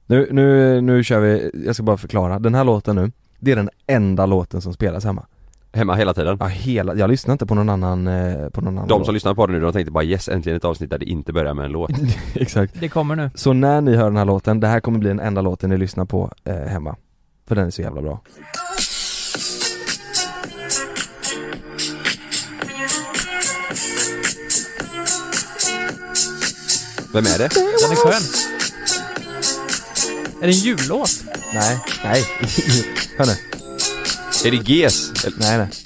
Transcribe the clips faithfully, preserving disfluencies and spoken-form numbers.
Nu, nu, nu kör vi, jag ska bara förklara. Den här låten nu, det är den enda låten som spelas hemma. Hemma hela tiden? Ja, hela, jag lyssnar inte på någon annan, eh, på någon annan De låt. som lyssnar på det nu, de tänkte bara yes, äntligen ett avsnitt där det inte börjar med en låt. Exakt. Det kommer nu. Så när ni hör den här låten, det här kommer bli den enda låten ni lyssnar på eh, hemma. För den är så jävla bra. Vem är det? Den är skön. Är det en jullåt? Nej, nej. Hör nu. Är det G S? Nej, nej.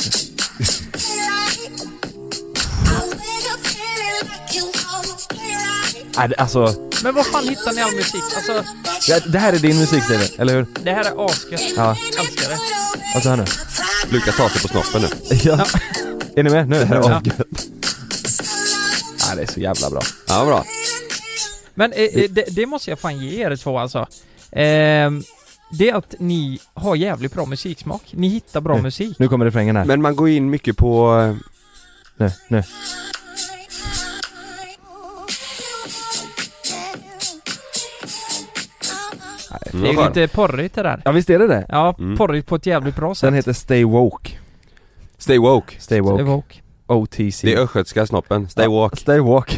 Nej, det- alltså, Men vad fan hittar ni all musik? Alltså, det, det här är din musik, säger det, eller hur? det här är asgött. Ja. Älskar det. Alltså, hör nu. Lukas tar sig på snoppen nu. Ja. Är ni med? Nu är det här Ja. avgött. Nej, det är så jävla bra. Ja, bra. Men eh, eh, det, det måste jag fan ge er två alltså. Ehm, det är att ni har jävligt bra musiksmak. Ni hittar bra Nu. musik. Nu kommer refrängen här. Men man går in mycket på... Nu, nu. Det är lite porrigt det där. Ja, visst är det det? Ja, Mm. porrigt på ett jävligt bra sätt. Den heter Stay Woke. Stay woke. Stay Woke. Evoke. O T C. Det är östgötska snoppen. Stay Ja, walk. Stay Woke.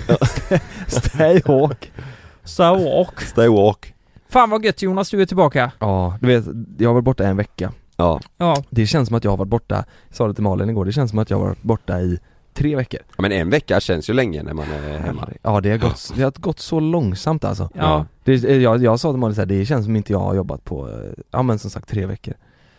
Stay Woke. Så och. Stay walk. Fan vad gött Jonas, du är tillbaka. Ja, du vet, jag har varit borta en vecka. Ja. Ja. Det känns som att jag har varit borta, jag sa det till Malin igår, det känns som att jag har varit borta i tre veckor. Ja, men en vecka känns ju länge när man är hemma. Ja, det har gått, det har gått så långsamt alltså. Ja. Det, jag, jag sa till Malin så här, det känns som inte jag har jobbat på, ja men som sagt tre veckor.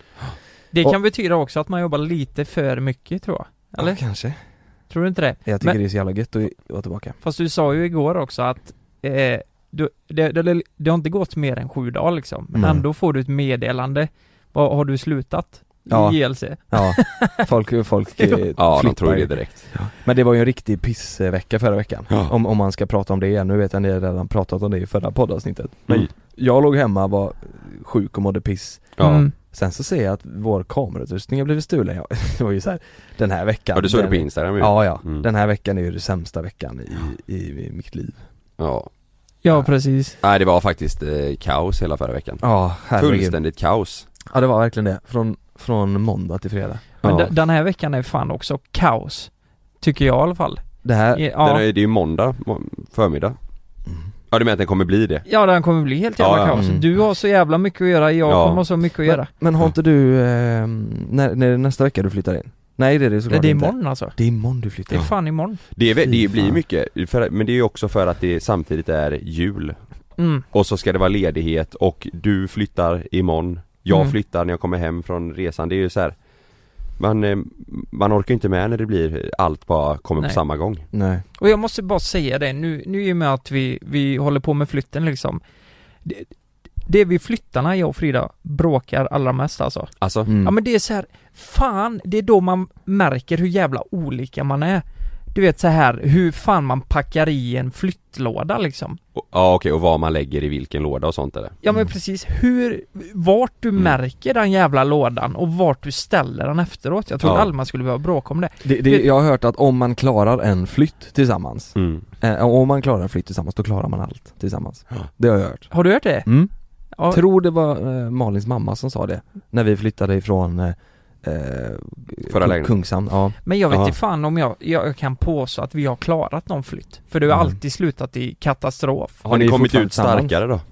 Det Och- kan betyda också att man jobbar lite för mycket, tror jag. Eller? Ja, kanske. Tror du inte det? Jag tycker Men- det är så jävla gött att vara tillbaka. Fast du sa ju igår också att eh, du, det, det, det har inte gått mer än sju dagar liksom. Men Mm. ändå får du ett meddelande. Vad, har du slutat? Ja. I J L C? Ja, folk, folk eh, Ja, de flippar tror ju. det direkt. Men det var ju en riktig pissvecka förra veckan. Ja. Om, om man ska prata om det igen. Nu vet jag, ni har redan pratat om det i förra poddavsnittet. Men Mm. jag låg hemma, var sjuk och mådde piss. Ja. Mm. Sen så ser jag att vår kamerautrustning har blivit stulen. Ja, det var ju så här, den här veckan. Ja, du såg det den, på Instagram ju. Ja, ja. Mm. Den här veckan är ju den sämsta veckan i, i, i mitt liv. Ja. Ja, precis. Nej, det var faktiskt eh, kaos hela förra veckan. Ja, herregud. Fullständigt kaos. Ja, det var verkligen det. Från, från måndag till fredag. Men Ja. d- den här veckan är fan också kaos. Tycker jag i alla fall. Det här, Ja, Den är, det är ju måndag må- förmiddag. Mm. Ja, du menar att den kommer bli det? ja den kommer bli helt jävla Ja, ja. kaos. Mm. Du har så jävla mycket att göra. Jag Ja. kommer ha så mycket att göra. men har inte du, eh, när, när är det nästa vecka du flyttar in? Nej, det är det Det, såklart det är inte. imorgon alltså. Det är imorgon du Det flyttar är in. fan imorgon. Det, är, väl- det Fy blir fan. mycket, för, men det är ju också för att det samtidigt är jul. Mm. Och så ska det vara ledighet och du flyttar imorgon. Jag Mm. flyttar när jag kommer hem från resan. Det är ju så här. Man, eh, man orkar inte med när det blir allt bara kommer Nej. på samma gång. Nej. Och jag måste bara säga det, nu, nu i och med att vi, vi håller på med flytten liksom. Det, det är vid flyttarna jag och Frida bråkar allra mest alltså. Alltså, Mm. Ja men det är så här, fan, det är då man märker hur jävla olika man är. Du vet så här, hur fan man packar i en flyttlåda liksom. och, ja okej, och vad man lägger i vilken låda och sånt eller? Ja men Mm. precis, hur, vart du Mm. märker den jävla lådan och vart du ställer den efteråt. Jag tror Ja. aldrig man skulle behöva bråka om det. Det, det, jag har hört att om man klarar en flytt tillsammans, Mm. eh, om man klarar en flytt tillsammans, då klarar man allt tillsammans. Ja. Det har jag hört. Har du hört det? Mm. Ja, Tror det var eh, Malins mamma som sa det när vi flyttade ifrån eh, eh, Förra lägenheten. Kungshamn. Ja. men jag vet Aha. inte fan om jag, jag kan påstå att vi har klarat någon flytt. För det har Mm. alltid slutat i katastrof. Har Men ni ni är kommit fortfarande ut tillsammans? starkare då?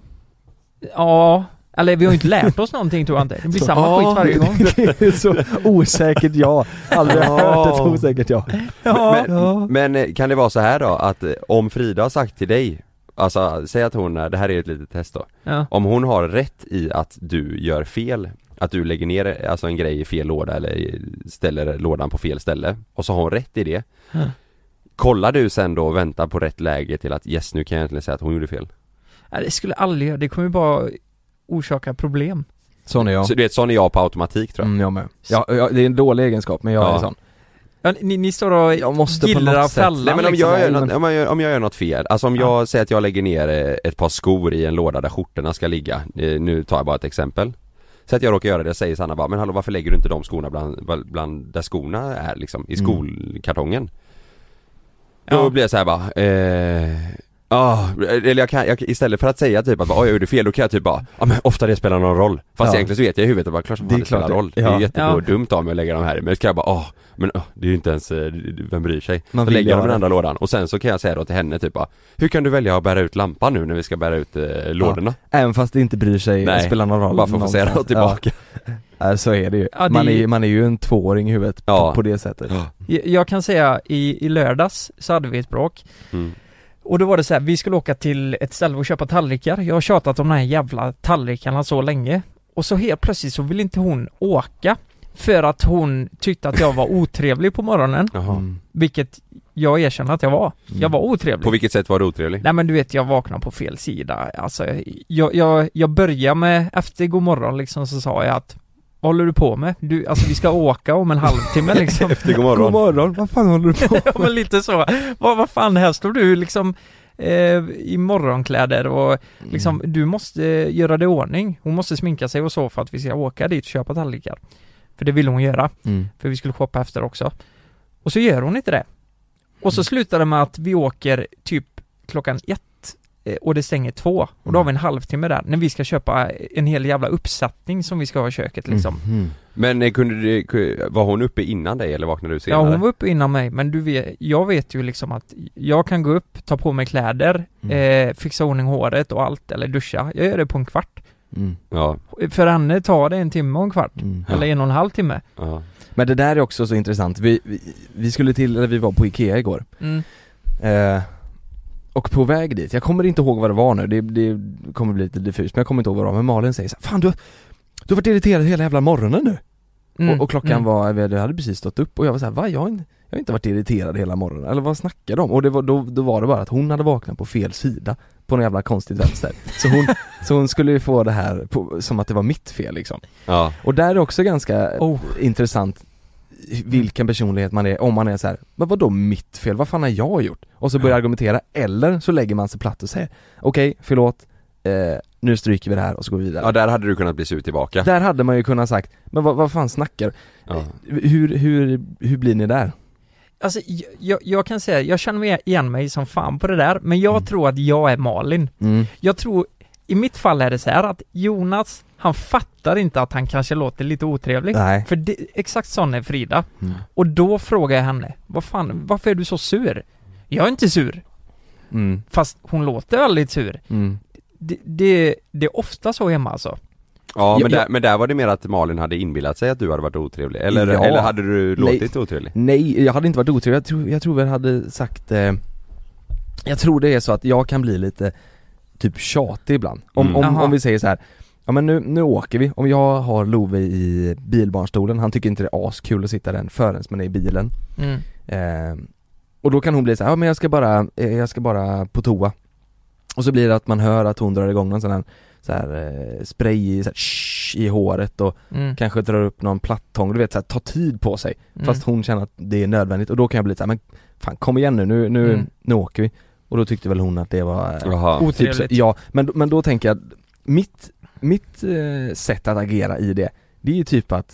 Ja, eller vi har ju inte lärt oss någonting tror jag inte. Det blir samma skit varje gång. Det är så osäkert ja. Aldrig hört ett osäkert ja. Ja, Men, ja. men eh, kan det vara så här då att eh, om Frida har sagt till dig, alltså säg att hon, det här är ett litet test då. Ja. Om hon har rätt i att du gör fel, att du lägger ner alltså en grej i fel låda eller i- ställer lådan på fel ställe, och så har hon rätt i det. Ja. Kollar du sen då och väntar på rätt läge till att yes, nu kan jag egentligen säga att hon gjorde fel? Nej, det skulle aldrig göra. Det kommer ju bara orsaka problem. Sån är jag. Så du vet, sån är jag på automatik tror jag. Mm, jag med. Ja, ja, det är en dålig egenskap men jag Ja. är sån. Ja, ni, ni står och Jag måste på gillar något att sätt. fälla Nej men om liksom. jag, gör men- något, om, jag gör, om jag gör något fel, alltså om Ja. jag säger att jag lägger ner eh, ett par skor i en låda där skjortorna ska ligga, eh, nu tar jag bara ett exempel. Så att jag råkar göra det, säger Sanna bara, men hallå varför lägger du inte de skorna bland, bland där skorna är liksom, i Mm. skolkartongen? Då Ja. blir jag så här bara, eh, Ja, eller jag kan, jag, istället för att säga typ att oj, jag gjorde fel, då kan jag typ bara, ja men ofta det spelar någon roll. Fast Ja. egentligen så vet jag i huvudet att bara, klart som Det är det spelar klart det. roll. Det Ja. är jättebra och Ja. dumt av mig att lägga dem här. Men så kan jag bara, åh, men åh, det är ju inte ens, eh, vem bryr sig? Man Så vill lägger jag dem i göra den andra lådan. Och sen så kan jag säga då till henne typ bara, hur kan du välja att bära ut lampan nu när vi ska bära ut eh, lådorna? Även fast det inte bryr sig, Nej, spelar någon roll Bara för att få säga någonstans. det tillbaka. Ja, så är det ju. Ja, det man, är- är, man är ju en tvååring i huvudet Ja. på, på det sättet. Ja. Jag, jag kan säga, i, i lördags så hade vi ett bråk. Mm. Och då var det så här, vi skulle åka till ett ställe och köpa tallrikar. Jag har tjatat om de här jävla tallrikarna så länge. Och så helt plötsligt så vill inte hon åka. För att hon tyckte att jag var otrevlig på morgonen. Jaha. Mm. Vilket jag erkänner att jag var. Jag var otrevlig. På vilket sätt var det otrevligt? Nej men du vet, jag vaknade på fel sida. Alltså, jag, jag, jag började med, efter god morgon liksom, så sa jag att vad håller du på med? Du, alltså vi ska åka om en halvtimme liksom. Efter god morgon. God morgon, vad fan håller du på med? Ja men lite så. Vad, vad fan, här står du liksom eh, i morgonkläder och liksom, du måste göra det i ordning. Hon måste sminka sig och så för att vi ska åka dit och köpa tallrikar. För det ville hon göra. Mm. För vi skulle shoppa efter också. Och så gör hon inte det. Och så slutar det med att vi åker typ klockan ett eh, och det stänger två. Och då har vi en halvtimme där när vi ska köpa en hel jävla uppsättning som vi ska ha i köket liksom. Mm. Men eh, kunde du, ku- var hon uppe innan dig eller vaknade du Ja, senare? hon var uppe innan mig, men du vet, jag vet ju liksom att jag kan gå upp, ta på mig kläder, Mm. eh, fixa ordning håret och allt, eller duscha. Jag gör det på en kvart. Mm. Ja, För henne tar det en timme och en kvart. Mm. Eller en och en halv timme. ja. Men det där är också så intressant. Vi, vi, vi skulle till, eller vi var på Ikea igår. Mm. Eh, och på väg dit, jag kommer inte ihåg vad det var nu, det, det kommer bli lite diffust, men jag kommer inte ihåg vad det var. Men Malin säger så här, fan du, du har varit irriterad hela jävla morgonen nu. Mm. Och, och klockan Mm. var, vi hade precis stått upp och jag var så här, va? Jag har inte, jag har inte varit irriterad hela morgonen. Eller vad snackar de? Och det var, då, då var det bara att hon hade vaknat på fel sida på någon jävla konstigt vänster. Så hon, så hon skulle ju få det här på, som att det var mitt fel liksom. Ja. Och där är också ganska Oh. intressant vilken personlighet man är, om man är så här, men vadå mitt fel? Vad fan har jag gjort? Och så börjar Ja. argumentera, eller så lägger man sig platt och säger okej, förlåt, eh, nu stryker vi det här och så går vi vidare. Ja, där hade du kunnat bli sur tillbaka. Där hade man ju kunnat sagt, men vad, vad fan snackar? Ja. Hur, hur, hur blir ni där? Alltså, jag, jag kan säga, jag känner mig igen mig som fan på det där, men jag Mm. tror att jag är Malin. Mm. Jag tror, i mitt fall är det så här att Jonas, han fattar inte att han kanske låter lite otrevlig. Nej. För det, exakt sån är Frida. Mm. Och då frågar jag henne, vad fan, varför är du så sur? Jag är inte sur, Mm. fast hon låter väldigt sur. Mm. Det, det, det är ofta så hemma alltså. Ja, men, Ja, där, ja. men där var det mer att Malin hade inbillat sig att du hade varit otrevlig. Eller, Ja. eller hade du Nej. låtit otrevlig? Nej, jag hade inte varit otrevlig. Jag tror, jag tror vi hade sagt eh, jag tror det är så att jag kan bli lite typ tjatig ibland. Om, Mm. om, Jaha. om vi säger så här, ja men nu, nu åker vi. Om jag har Love i bilbarnstolen, han tycker inte det är askul att sitta den förrän man är i bilen. Mm. Eh, och då kan hon bli så här, ja men jag ska bara, eh, jag ska bara på toa. Och så blir det att man hör att hon drar igång någon sån här, så här eh, spray i, så här, shh, i håret och Mm. kanske drar upp någon plattång, du vet så här, ta tid på sig. Mm. Fast hon känner att det är nödvändigt och då kan jag bli så här, men fan kom igen nu, nu, nu, Mm. nu åker vi. Och då tyckte väl hon att det var eh, Jaha. typ så, Otrevligt. ja, men, men då tänker jag mitt, mitt eh, sätt att agera i det, det är ju typ att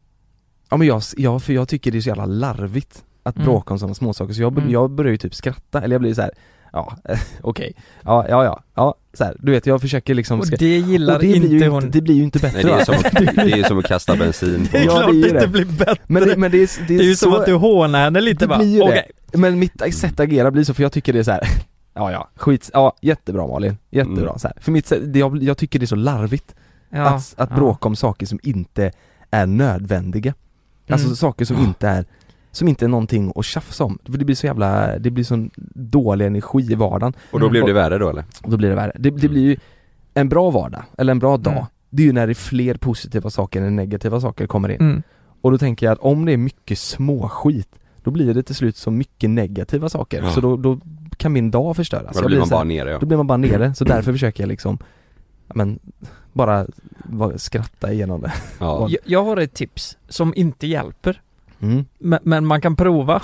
ja men jag, ja, för jag tycker det är så jävla larvigt att Mm. bråka om sådana småsaker så jag, Mm. jag börjar ju typ skratta, eller jag blir så här, ja, okej, ja, ja, ja, ja, så här, du vet jag försöker liksom Och ska, det gillar och det blir inte ju hon. inte, det blir ju inte bättre. Nej, det är va? som att, det är som att kasta bensin på. Det är Ja, klart det är det ju inte det. blir bättre. Men det, men det är, det är, Det är ju så, som att du hånar henne lite det bara. blir ju det. Okej. Men mitt sätt att agera blir så, för jag tycker det är så här. Ja ja, skit, ja jättebra Malin, jättebra Mm. så här. För mitt sätt, det, jag, jag tycker det är så larvigt Ja, att, att ja. bråka om saker som inte är nödvändiga. Alltså Mm. saker som inte är som inte är någonting att tjafsa om. För det blir så jävla, det blir sån dålig energi i vardagen. Och då blev Mm. det värre då eller? Och då blir det värre. Det, det blir ju en bra vardag, eller en bra dag. Mm. Det är ju när det är fler positiva saker än negativa saker kommer in. Mm. Och då tänker jag att om det är mycket små skit, då blir det till slut så mycket negativa saker. Ja. Så då, då kan min dag förstöras. Men då Jag blir man så här- bara nere ja. Då blir man bara nere, så därför försöker jag liksom ja, men, bara va- skratta igenom det. ja. Jag, jag har ett tips som inte hjälper. Mm. Men, men man kan prova.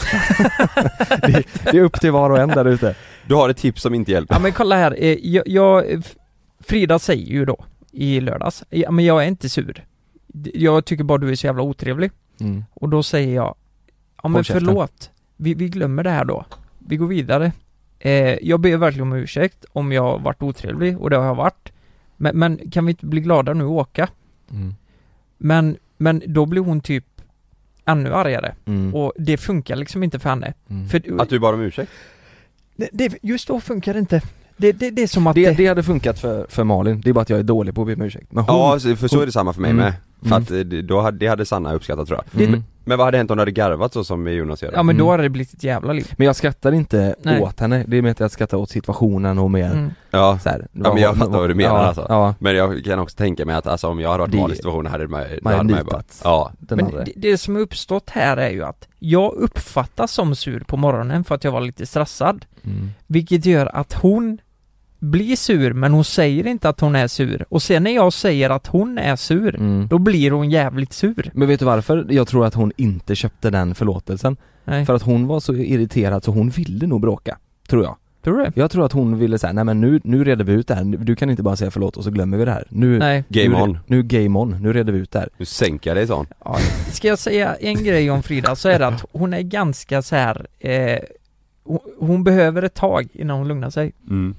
Det, det är upp till var och en där ute. Du har ett tips som inte hjälper. Ja men kolla här, eh, jag, jag, Frida säger ju då i lördags, ja, men jag är inte sur. Jag tycker bara du är så jävla otrevlig. Mm. Och då säger jag, ja men Håll käften. förlåt, vi, vi glömmer det här då. Vi går vidare. eh, jag ber verkligen om ursäkt om jag har varit otrevlig, och det har jag varit. Men, men kan vi inte bli glada nu och åka? Mm. Men, men då blir hon typ ännu argare. Mm. Och det funkar liksom inte för henne. Mm. För, Att du bara om ursäkt? det, det, just då funkar det inte. Det, det, det är som att det, det, det hade funkat för, för Malin, det är bara att jag är dålig på att be om ursäkt. Men hon, Ja, så- för så är det samma för mig Mm. med. För Mm. att eh, då hade, det hade Sanna uppskattat tror jag. Mm. Men vad hade hänt om du hade garvat så som Jonas gör? ja men då Mm. hade det blivit ett jävla liv. Men jag skrattar inte Nej. åt henne, det är mer att jag skrattar åt situationen och mer Mm. Ja. så här, Ja, men jag fattar vad du menar, ja, alltså. Ja, Men jag kan också tänka mig att alltså, om jag hade varit Det- i vanlig situation hade man, då man hade har man ju bara, nitat ja. den Men andra. det, det som har uppstått här är ju att jag uppfattas som sur på morgonen för att jag var lite stressad. Mm. Vilket gör att hon blir sur, men hon säger inte att hon är sur. Och sen när jag säger att hon är sur, Mm. då blir hon jävligt sur. Men vet du varför? Jag tror att hon inte köpte den förlåtelsen. Nej. För att hon var så irriterad så hon ville nog bråka, tror jag. Tror du det? Jag tror att hon ville säga, nej men nu, nu reder vi ut det här, du kan inte bara säga förlåt och så glömmer vi det här. Nu, Nej. Game nu, on. Nu game on, nu reder vi ut det här. Nu sänker jag dig sån. Ja, ska jag säga en grej om Frida, så är det att hon är ganska så här. Eh, hon, hon behöver ett tag innan hon lugnar sig. Mm.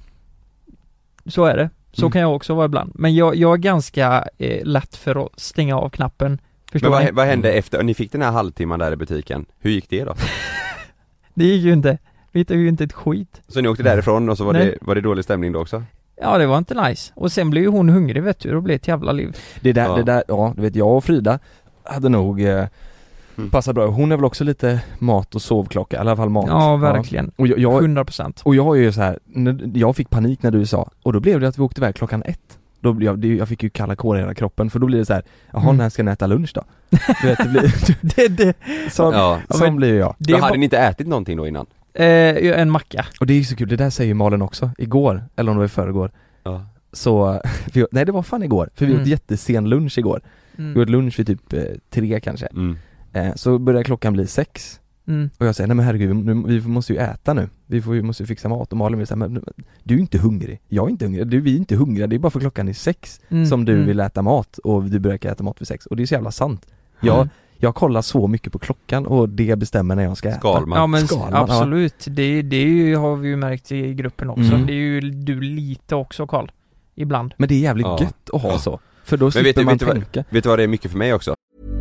Så är det. Så Mm. kan jag också vara ibland. Men jag, jag är ganska eh, lätt för att stänga av knappen. Förstår Men ni? vad, vad hände efter, ni fick den här halvtimman där i butiken, hur gick det då? Det gick ju inte. Vi hittade ju inte ett skit. Så ni åkte därifrån och så var Nej. det, var det dålig stämning då också? Ja, det var inte nice. Och sen blev ju hon hungrig, vet du. Då blev det ett jävla liv. Det där, Ja. det där, ja du vet jag och Frida hade nog eh, Mm. passat bra. Hon är väl också lite mat- och sovklocka, i alla fall mat. Ja, verkligen. Och jag, jag, hundra procent. och jag är ju så här, när- jag fick panik när du sa, och då blev det att vi åkte iväg klockan ett. Då blev jag, det, jag fick ju kalla kårar i hela kroppen, för då blir det så här, jaha Mm. när ska ni äta lunch då? Du vet, det blir, det, det, som, Ja. som men- blir jag. det Men var, hade ni inte ätit någonting då innan? eh, en macka. Och det är ju så kul, det där säger ju Malin också, igår, eller om det var i förrgår. Ja. Så, vi, nej det var fan igår, för vi Mm. åt jättesen lunch igår. Mm. Vi åt lunch vid typ eh, tre kanske. Mm. Eh, så började klockan bli sex. Mm. Och jag säger, nej men herregud, nu, vi måste ju äta nu. Vi får, vi måste ju fixa mat. Och Malin vill säga, men du är ju inte hungrig. Jag är inte hungrig. Du, vi är inte hungriga. Det är bara för klockan är sex Mm. som du Mm. vill äta mat. Och du börjar äta mat vid sex. Och det är så jävla sant. Jag, Mm. jag kollar så mycket på klockan och det bestämmer när jag ska äta. Skalman. Ja men Skalman, ja. absolut, det, det är ju, har vi ju märkt i gruppen också. Mm. Det är ju du lite också, Karl. Ibland. Men det är jävligt Ja. gött att ha Ja. så. För då Men slipper vet du, man vet du vad- tänka. Vet du vad det är mycket för mig också?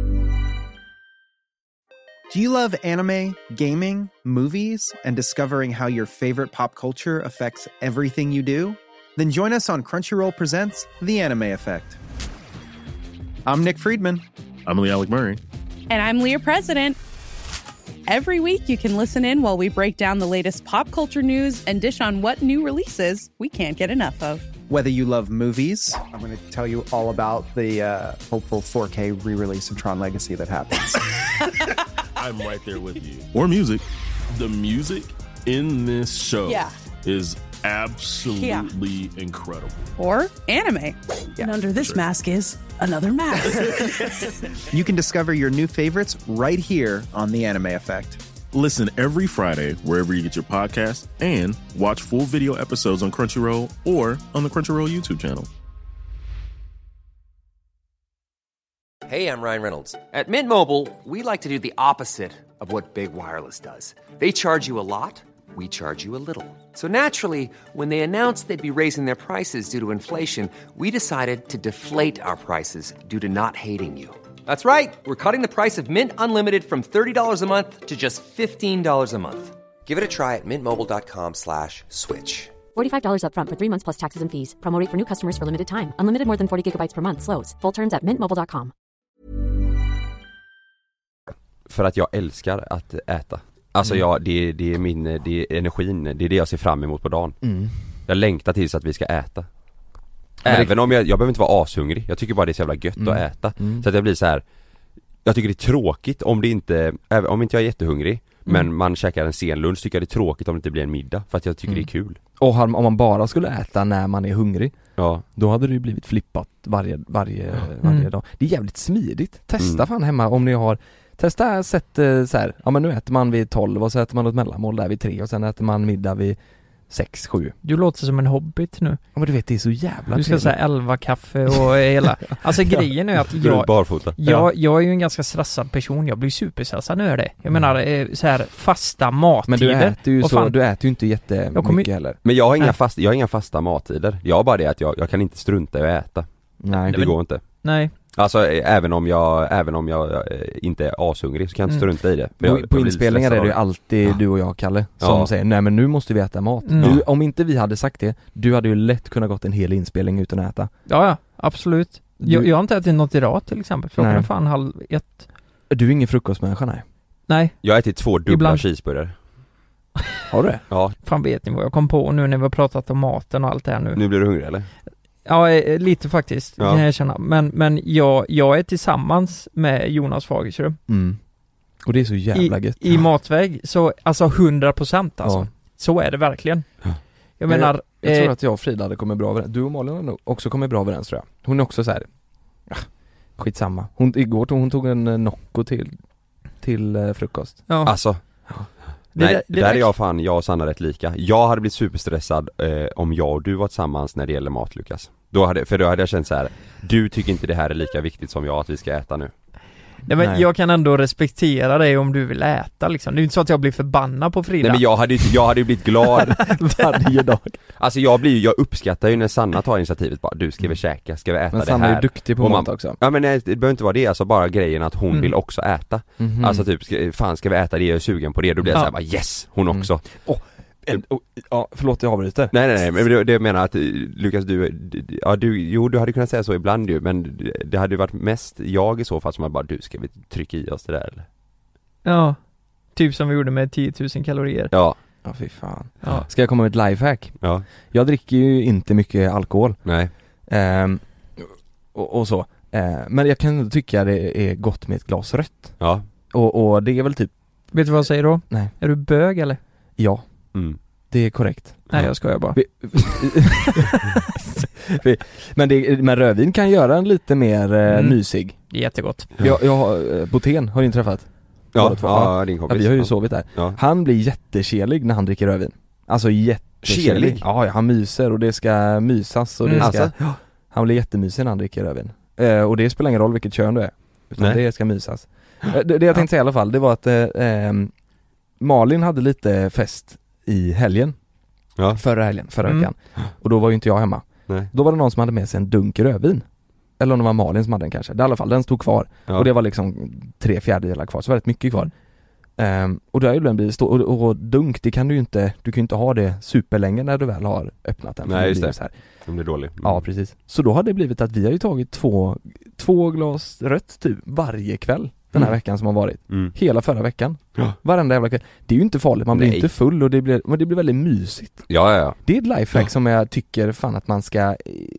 Do you love anime, gaming, movies, and discovering how your favorite pop culture affects everything you do? Then join us on Crunchyroll Presents The Anime Effect. I'm Nick Friedman. I'm Lee Alec Murray. And I'm Leah President. Every week, you can listen in while we break down the latest pop culture news and dish on what new releases we can't get enough of. Whether you love movies, I'm going to tell you all about the uh, hopeful four K re-release of Tron Legacy that happens. I'm right there with you. Or music. The music in this show Yeah. is absolutely incredible. Or anime. And under this mask is another mask. You can discover your new favorites right here on The Anime Effect. Listen every Friday wherever you get your podcast and watch full video episodes on Crunchyroll or on the Crunchyroll YouTube channel. Hey, I'm Ryan Reynolds. At Mint Mobile, we like to do the opposite of what Big Wireless does. They charge you a lot, we charge you a little. So naturally, when they announced they'd be raising their prices due to inflation, we decided to deflate our prices due to not hating you. That's right. We're cutting the price of Mint Unlimited from thirty dollars a month to just fifteen dollars a month. Give it a try at mintmobile.com slash switch. forty-five dollars up front for three months plus taxes and fees. Promo rate for new customers for limited time. Unlimited more than forty gigabytes per month. Slows full terms at mint mobile dot com. För att jag älskar att äta. Alltså Mm. jag, det, det är min, det är energin, det är det jag ser fram emot på dagen. Mm. Jag längtar tills att vi ska äta. Men det- Även om jag, jag behöver inte vara ashungrig. Jag tycker bara det är så jävla gött Mm. att äta. Mm. Så att jag blir så här. Jag tycker det är tråkigt om det inte, även om inte jag är jättehungrig, men Mm. man käkar en sen lunch, tycker jag det är tråkigt om det inte blir en middag. För att jag tycker Mm. det är kul. Och har- om man bara skulle äta när man är hungrig, Ja. då hade det ju blivit flippat varje, varje, varje Mm. dag. Det är jävligt smidigt. Testa Mm. fan hemma om ni har, testa sätt eh, så här. Ja men nu äter man vid tolv och så äter man ett mellanmål där vid tre och sen äter man middag vid sex, sju. Du låter som en hobbit nu. Ja men du vet, det är så jävla Du ska trevligt. säga elva kaffe och hela. Alltså grejen är att jag, barfota. jag, jag är ju en ganska stressad person. Jag blir superstressad när jag gör det. Jag menar eh, så här fasta mattider. Men du äter ju Och så, fan, du äter ju inte jättemycket Jag kommer ju- heller. Men jag har inga Nej. fasta, jag har inga fasta mattider. Jag har bara det att jag, jag kan inte strunta i att äta. Nej. Det går inte. Nej. Alltså eh, även om jag, även om jag eh, inte är ashungrig så kan jag inte Mm. strunta i det. För På, jag, jag på blir inspelningar stressad är det ju av alltid Ja. du och jag, Kalle, som Ja. säger nej men nu måste vi äta mat. Mm. Du, om inte vi hade sagt det, du hade ju lätt kunnat gått en hel inspelning utan att äta. Ja, ja. Absolut. Jag, Du- jag har inte ätit något idag till exempel. Klockan Nej. är fan halv ett. Du är ingen frukostmänniska, nej. Nej. Jag har ätit två dubbla Ibland. cheeseburgare. Har du det? Ja, Fan vet ni vad jag kom på nu när vi har pratat om maten och allt det här nu. nu blir du hungrig eller? Ja, eh, lite faktiskt, Ja. kan jag erkänna. Men, men jag, jag är tillsammans med Jonas Fagerström. Mm. Och det är så jävla I, gött. i matväg, så alltså hundra procent alltså. Ja. Så är det verkligen. Ja. Jag Men menar, Jag tror eh, att jag och Frida hade kommit bra överens. Du och Malin har nog också kommit bra överens tror jag. Hon är också så här. Ja, skitsamma. Hon, igår tog hon tog en eh, Nocco till, till eh, frukost. ja. Alltså, Det nej, där- det där där- är jag fan, jag och Sanna rätt lika. Jag hade blivit superstressad eh, om jag och du var tillsammans när det gäller mat, Lukas. Då hade, för då hade jag känt så här: du tycker inte det här är lika viktigt som jag att vi ska äta nu. Nej, men Nej. jag kan ändå respektera dig om du vill äta liksom. Det är ju inte så att jag blir förbannad på Frida. Nej men jag hade ju jag hade ju blivit glad. Varje dag. Alltså jag blir ju, jag uppskattar ju när Sanna tar initiativet bara, du ska vi käka, ska vi äta Men det Sanna är här? ju duktig på Och man- mat också. Ja men nej, det behöver inte vara det, alltså bara grejen att hon Mm. vill också äta. Mhm. Alltså typ, ska, fan ska vi äta det, jag är sugen på det, då blir jag Ja. såhär bara yes, hon Mm. också. Eh, oh, ja, förlåt jag avbryter. Nej nej nej, men det, det menar att eh, Lukas du, ja du, jo du hade kunnat säga så ibland ju, men det hade ju varit mest jag i så fall som hade bara, du ska vi trycka i oss det där eller? Ja. Typ som vi gjorde med tio tusen kalorier. Ja, Ja fy fan. Ja. Ska jag komma med ett lifehack? ja, Jag dricker ju inte mycket alkohol. nej. Ehm, och, och så. Ehm, men jag kan ändå tycka det är gott med ett glas rött. Ja, Och, och det är väl typ, Vet du vad jag säger då? Nej. Är du bög eller? ja, mm. det är korrekt. Nej, jag skojar bara. Vi- Vi- men, det, men rödvin kan göra en lite mer eh, Mm. mysig. Det är jättegott. Jag, jag har, eh, Botén har ju träffat. Ja, Båda två. ja, din Ja, kompis. vi har ju ja. sovit där. Ja. Han blir jättekelig när han dricker rödvin. Alltså jättekelig. Kelig? Ja, ja, han myser och det ska mysas och det Mm. ska, Alltså? han blir jättemysig när han dricker rödvin. Eh, och det spelar ingen roll vilket kön du är. Utan Nej. det ska mysas. Eh, det, det jag tänkte säga i alla fall, det var att eh, eh, Malin hade lite fest i helgen. Ja. Förra helgen, förra Mm. veckan. Och då var ju inte jag hemma. Nej. Då var det någon som hade med sig en dunk rödvin. Eller om det var Malin som hade den kanske. Det, I alla fall, den stod kvar. Ja. Och det var liksom tre fjärdedelar kvar, så var det rätt mycket kvar. Ehm, och då är ju den blivit stå- och, och dunk, det kan du ju inte, du kan ju inte ha det superlänge när du väl har öppnat den. för Nej, det just blir det. Så här. Om det är dålig. Mm. Ja, precis. Så då har det blivit att vi har ju tagit två, två glas rött typ varje kväll den här Mm. veckan som har varit. Mm. Hela förra veckan. Ja. Varenda jävla kväll. Det är ju inte farligt, man blir Nej. inte full och det blir, men det blir väldigt mysigt. Ja, ja, ja. Det är ett lifehack Ja. som jag tycker fan att man ska,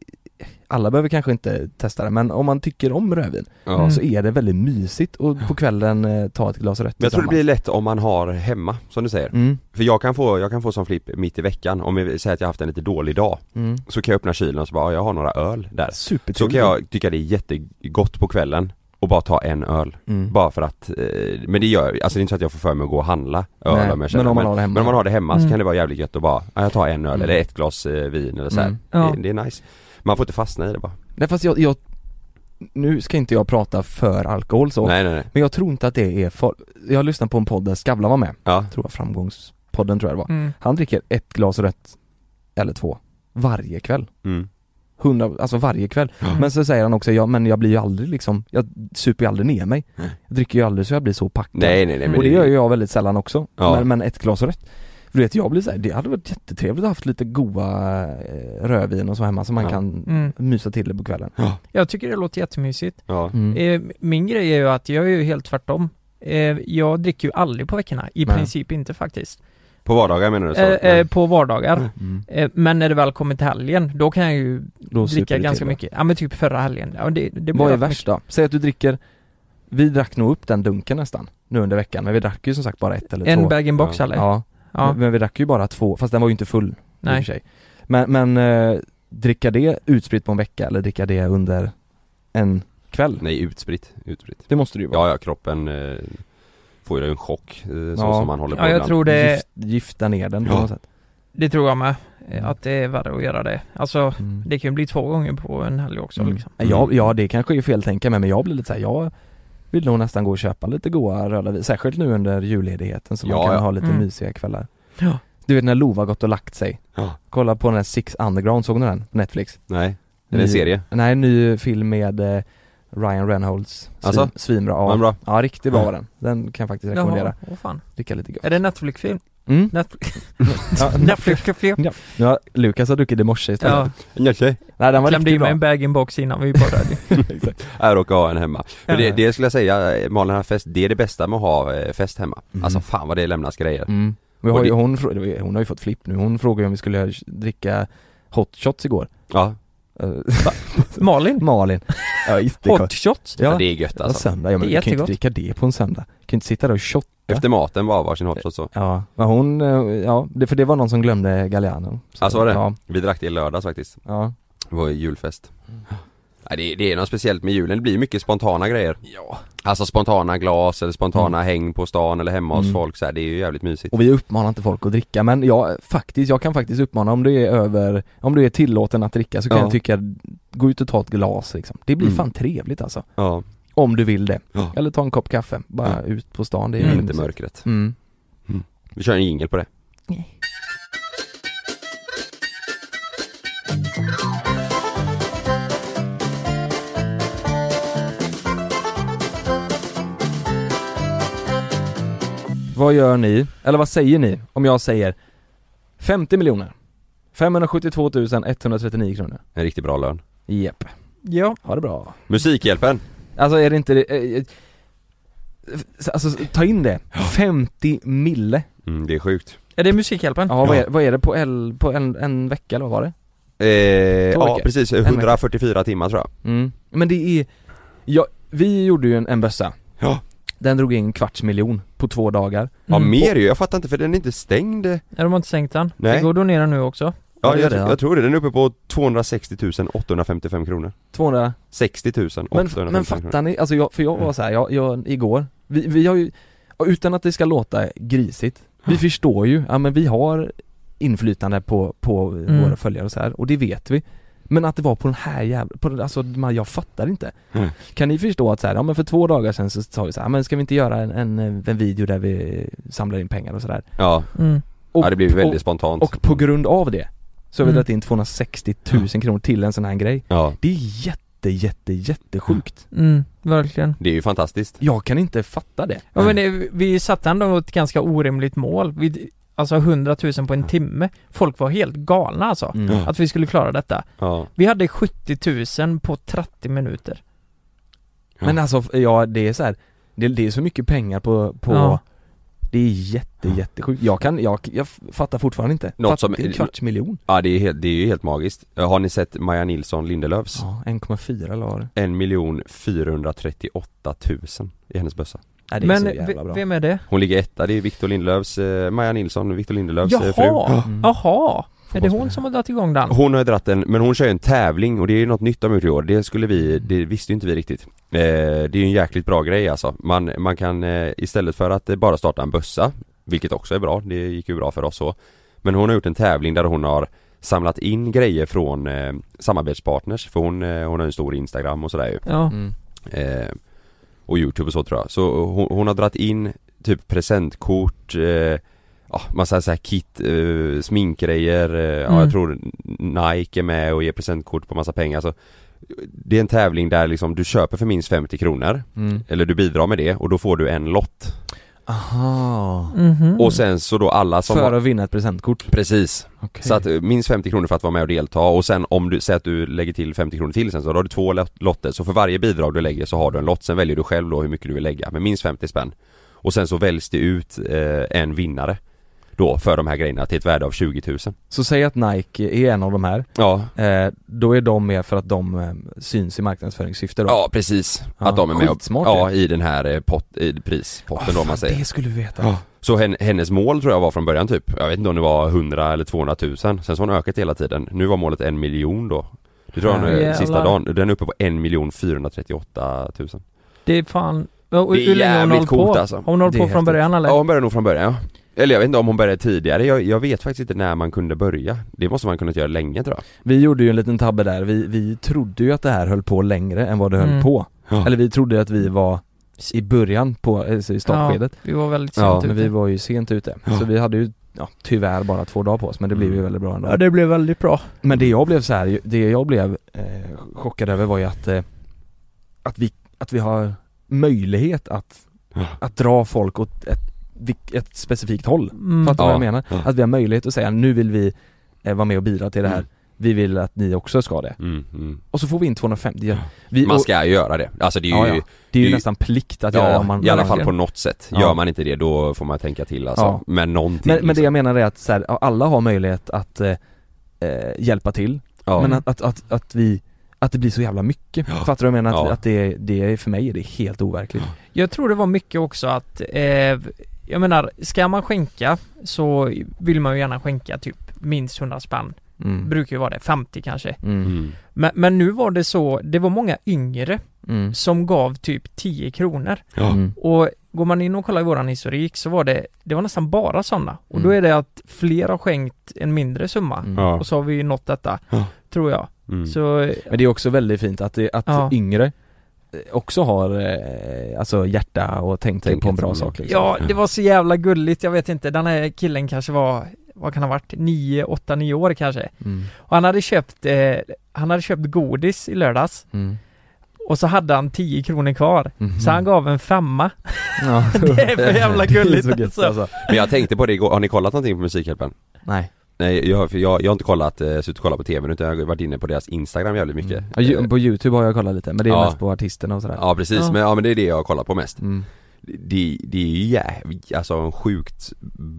alla behöver kanske inte testa det, men om man tycker om rödvin ja. Mm. så är det väldigt mysigt och på kvällen eh, ta ett glas rött Men jag tror det tillsammans. blir lätt om man har hemma, som du säger. Mm, För jag kan få, jag kan få som flipp mitt i veckan, om jag säger att jag haft en lite dålig dag, mm. så kan jag öppna kylen och så bara, jag har några öl där. Så Supertrevligt. kan jag tycka det är jättegott på kvällen och bara ta en öl. mm. Bara för att, eh, men det gör, alltså det är inte så att jag får för mig att gå och handla öl Nej, om jag känner, men om man men, har det hemma. men om man har det hemma så Mm. kan det vara jävligt gött att bara, ja, jag tar en öl Mm. eller ett glas eh, vin eller så här. Mm. Ja. Det, det är nice. Man får inte fastna i det bara. Nej fast jag, jag, nu ska inte jag prata för alkohol så, Nej nej nej. men jag tror inte att det är för, jag har lyssnat på en podd där Skavlan var med, Ja. jag tror jag framgångspodden tror jag det var. Mm. Han dricker ett glas rött, eller två, varje kväll. Mm. Hundra, alltså varje kväll. Ja. Men så säger han också, ja men jag blir ju aldrig liksom, jag super ju aldrig ner mig. Nej. Jag dricker ju aldrig så jag blir så packad. Nej nej nej. Men Och det gör ju jag väldigt sällan också. Ja. Men, men ett glas rött. För du vet, jag blir så här, det hade varit jättetrevligt att ha haft lite goda eh, rödvin och så hemma som man Ja. kan Mm. mysa till det på kvällen. Ja. Jag tycker det låter jättemysigt. Ja. Mm. Eh, min grej är ju att jag är ju helt tvärtom. Eh, jag dricker ju aldrig på veckorna. I Nej. princip inte faktiskt. På vardagar menar du så? Eh, eh, på vardagar. Mm. Eh, men när det väl kommer till helgen, då kan jag ju Då super dricka det ganska till, va? mycket. Ja men typ förra helgen. Ja, det, det blir Vad är rätt värst då? Säg att du dricker, vi drack nog upp den dunken nästan nu under veckan, men vi drack ju som sagt bara ett eller mycket. två. En bag-in-box Ja. eller? Ja, Ja. men vi drack ju bara två, fast den var ju inte full i och Nej. för sig. Men, men eh, dricka det utspritt på en vecka eller dricka det under en kväll? Nej, utspritt, utspritt. Det måste det ju vara. Ja, ja, kroppen eh, får ju en chock eh, så Ja. som man håller på Ja, jag ibland. tror det... Gift, gifta ner den på Ja. något sätt. Det tror jag med. Att det är värre att göra det. Alltså Mm. det kan ju bli två gånger på en helg också Mm. liksom. Ja, ja, det kanske är fel tänka med, men jag blir lite så här, jag vill nog nästan gå och köpa lite goa röda vin, särskilt nu under julledigheten så Ja, man kan ja. ha lite Mm. mysiga kvällar. Ja. Du vet när Lova gått och lagt sig. Ja. Kolla på den här Six Underground, såg ni den? På Netflix. Nej, är det en Ny- serie? Nej, en ny film med eh, Ryan Reynolds. Svin, Alltså? Svinbra. Var Ja, den bra? ja, riktigt bra Ja. var den. Den kan jag faktiskt rekommendera. Jaha, åh fan. Dricka lite gott. Är det Netflix-film? Mm. Netflix? Ja, Netflix-film? Ja. Ja, Lukas har druckit i morse istället. Ja, Ja, tjej. Nej, den var klämde riktigt i mig bra. en bag-in-box innan vi började. Exakt. Jag råkar ha en hemma. Men det, Ja. det skulle jag säga, Malin har fest, det är det bästa med att ha eh, fest hemma. Mm. Alltså fan vad det lämnas grejer. Mm. Vi Och har ju, det- hon, frå- hon har ju fått flipp nu. Hon frågade om vi skulle dricka hot shots igår. Ja, Eh, Malin? Malin. Ja, jättekort. Hot shots? ja. Ja, det är gött det var alltså. söndag. Ja, men Det är vi kan ju inte jättegott. dricka det på en söndag. Vi kan inte sitta där och shotta. Efter maten var varsin hot shot så. Ja, men hon, eh, ja, det, för det var någon som glömde Galliano. Så, Alltså var det? Ja, Vi drack det i lördags faktiskt. ja. Det var ju julfest. Ja, det, det är något speciellt med julen, det blir mycket spontana grejer. Ja. Alltså spontana glas eller spontana Mm. häng på stan eller hemma hos Mm. folk så här, det är ju jävligt mysigt. Och vi uppmanar inte folk att dricka, men jag faktiskt, jag kan faktiskt uppmana om du är över, om du är tillåten att dricka så kan Ja. jag tycka, gå ut och ta ett glas liksom. Det blir Mm. fan trevligt alltså. Ja, Om du vill det. Ja. Eller ta en kopp kaffe, bara Ja. ut på stan, det är det är väldigt inte mysigt. mörkret. Mm. Vi kör en jingle på det. Vad gör ni, eller vad säger ni om jag säger femtio miljoner femhundrasjuttiotvå tusen etthundratrettionio kronor? En riktigt bra lön. Japp, Ja. ha det bra. Musikhjälpen. Alltså är det inte det, eh, eh, alltså ta in det, femtio mille. Mm, det är sjukt. Är det Musikhjälpen? Ja, vad Ja. är, vad är det på, L, på en, en vecka eller vad var det? Eh, Två ja veckor. precis, vecka. hundrafyrtiofyra timmar tror jag. Mm. Men det är, ja, vi gjorde ju en, en bössa. Ja. Den drog in en kvarts miljon på två dagar. Ja Mm. mer ju, jag fattar inte för den är inte stängd. Nej, de har inte sänkt den. Nej. Det går att donera nu också. Ja, Ja, det gör jag, det, ja. jag tror det, den är uppe på tvåhundrasextio tusen åttahundrafemtiofem kronor. tvåhundra. sextio tusen Men, åttahundrafemtiofem men kronor. fattar ni, alltså jag, för jag var så här, jag, jag, igår, vi, vi har ju, och utan att det ska låta grisigt, vi förstår ju, ja men vi har inflytande på, på Mm. våra följare och så här, och det vet vi. Men att det var på den här jävla, på, den- alltså man, jag fattar inte. Mm. Kan ni förstå att så här, ja men för två dagar sedan så sa vi så här, ja, men ska vi inte göra en, en, en video där vi samlar in pengar och sådär. Ja, Mm. Och, ja det blir väldigt och, spontant. och på grund av det så har vi Mm. dragit in tvåhundrasextio tusen kronor till en sån här grej. Ja, Det är jätte, jätte, jättesjukt. Mm, verkligen. det är ju fantastiskt. Jag kan inte fatta det. Ja men det, vi satte ändå ett ganska orimligt mål. Vi, alltså hundratusen på en timme. Folk var helt galna alltså. Mm. Ja. Att vi skulle klara detta. Ja. Vi hade sjuttio tusen på trettio minuter. Men alltså, ja det är så här, det, det är så mycket pengar på, på Ja. det är jätte, jättesjukt. Jag kan, jag, jag fattar fortfarande inte. Något Fattar som- det är en kvarts miljon. Ja det är, helt, det är ju helt magiskt. Har ni sett Maja Nilsson Lindelöfs? Ja, en komma fyra eller vad det? En miljon fyrahundratrettioåtta tusen i hennes bössa. Nej, det är Men så v- jävla bra. vem är det? Hon ligger etta, det är Victor Lindelöfs, eh, Maja Nilsson, Victor Lindelöfs eh, fru. Jaha, Mm. jaha. Är det hon som har dragit igång den? Hon har ju dratt en, men hon kör ju en tävling och det är ju något nytt de gjort i år. Det skulle vi, det visste ju inte vi riktigt. Eh, det är ju en jäkligt bra grej alltså. Man, man kan eh, istället för att eh, bara starta en bössa, vilket också är bra, det gick ju bra för oss så. Men hon har gjort en tävling där hon har samlat in grejer från eh, samarbetspartners. För hon, eh, hon har en stor Instagram och sådär ju. Ja. Mm. Eh, och YouTube och så tror jag. Så hon, hon har dratt in typ presentkort, eh, ja, massa så här kit, eh, sminkgrejer, eh, ja, Mm. jag tror Nike är med och ger presentkort på massa pengar. Så det är en tävling där liksom du köper för minst femtio kronor, Mm. eller du bidrar med det och då får du en lott. Aha. Mhm. Och sen så då alla som För har, att vinna ett presentkort. precis. Okej. Så att eh, minst femtio kronor för att vara med och delta och sen om du säger att du lägger till femtio kronor till sen så har du två lot- lotter. Så för varje bidrag du lägger så har du en lott. Sen väljer du själv då hur mycket du vill lägga. Men minst femtio spänn. Och sen så väljs det ut eh, en vinnare då för de här grejerna till ett värde av tjugo tusen. Så säg att Nike är en av de här. Ja, Eh, då är de med för att de eh, syns i marknadsföringssyfte då? ja precis. Ja, Att de är med och, skitsmart ja, det. i den här eh, pott, i prispotten Ah, då fan, man säger. det skulle vi veta. Ja. Så hen, hennes mål tror jag var från början typ, jag vet inte om det var hundra eller tvåhundratusen. Sen så har hon ökat hela tiden. Nu var målet en miljon då. Det tror jag Jävlar. den sista dagen. Den är uppe på en miljon fyrahundratrettioåtta tusen. Det är fan... Och Det är hur länge har hon jävligt hållit på? coolt, alltså. Har hon hållit Det på är från häftigt. början eller? Ja, hon började nog från början ja. Eller jag vet inte om hon började tidigare, jag, jag vet faktiskt inte när man kunde börja. Det måste man kunnat göra länge tror jag. Vi gjorde ju en liten tabbe där, vi, vi trodde ju att det här höll på längre än vad det höll Mm. på. Ja. Eller vi trodde att vi var i början på, alltså i startskedet. Ja, vi var väldigt sent Ja, ute. men vi var ju sent ute. Ja. Så vi hade ju ja, tyvärr bara två dagar på oss, men det blev ju väldigt bra ändå. Ja, det blev väldigt bra. Men det jag blev så här, det jag blev eh, chockad över var ju att eh, att vi att vi har möjlighet att Ja. att dra folk åt ett, ett specifikt håll. Mm. Fattar du Ja. vad jag menar? Ja. Att vi har möjlighet att säga, nu vill vi eh, vara med och bidra till det här. Mm. Vi vill att ni också ska det. Mm, mm. Och så får vi in tvåhundrafemtio. Vi, Man och, ska ju göra det. Alltså det är ju, ja, ja. Det är ju det är- nästan plikt att göra ja, om man i alla fall verkligen- på något sätt. Ja. Gör man inte det, då får man tänka till alltså. Ja. Men någonting Men, men det liksom. jag menar är att så här, alla har möjlighet att eh, eh, hjälpa till. Ja. Men att, att, att, att vi att det blir så jävla mycket. Ja. Fattar du vad jag menar? Att, Ja. att det, det är för mig är det helt overkligt. Jag tror det var mycket också att, eh, jag menar, ska man skänka så vill man ju gärna skänka typ minst hundra spänn. Mm. Brukar ju vara det, femtio kanske. Mm. Mm. Men, men nu var det så, det var många yngre Mm. som gav typ tio kronor. Ja. Mm. Och går man in och kollar i våran historik så var det, det var nästan bara sådana. Och Mm. då är det att fler har skänkt en mindre summa. Mm. Ja. Och så har vi nått detta, Ja. tror jag. Mm. Så, Men det är också väldigt fint att, det, att Ja. yngre eh, också har eh, alltså hjärta och tänkt Tänker på en bra till- sak liksom. ja, det var så jävla gulligt. Jag vet inte, den här killen kanske var, vad kan han ha varit? nio, åtta, nio år kanske. Mm. Och han hade köpt, eh, han hade köpt godis i lördags. Mm. Och så hade han tio kronor kvar. Mhm. Så han gav en femma. Ja. Det är för jävla gulligt, Det är så gött, alltså. alltså. Men jag tänkte på det igår, har ni kollat någonting på Musikhjälpen? Nej. Nej, jag, för jag, jag har inte kollat, eh, suttit och kollat på tvn utan jag har varit inne på deras Instagram jävligt mycket. Mm. Ja, ju- på YouTube har jag kollat lite, men det är Ja. mest på artisterna och sådär. Ja precis, Ja. Men, ja, men det är det jag har kollat på mest. Mm. Det, det är ju jävligt, alltså en sjukt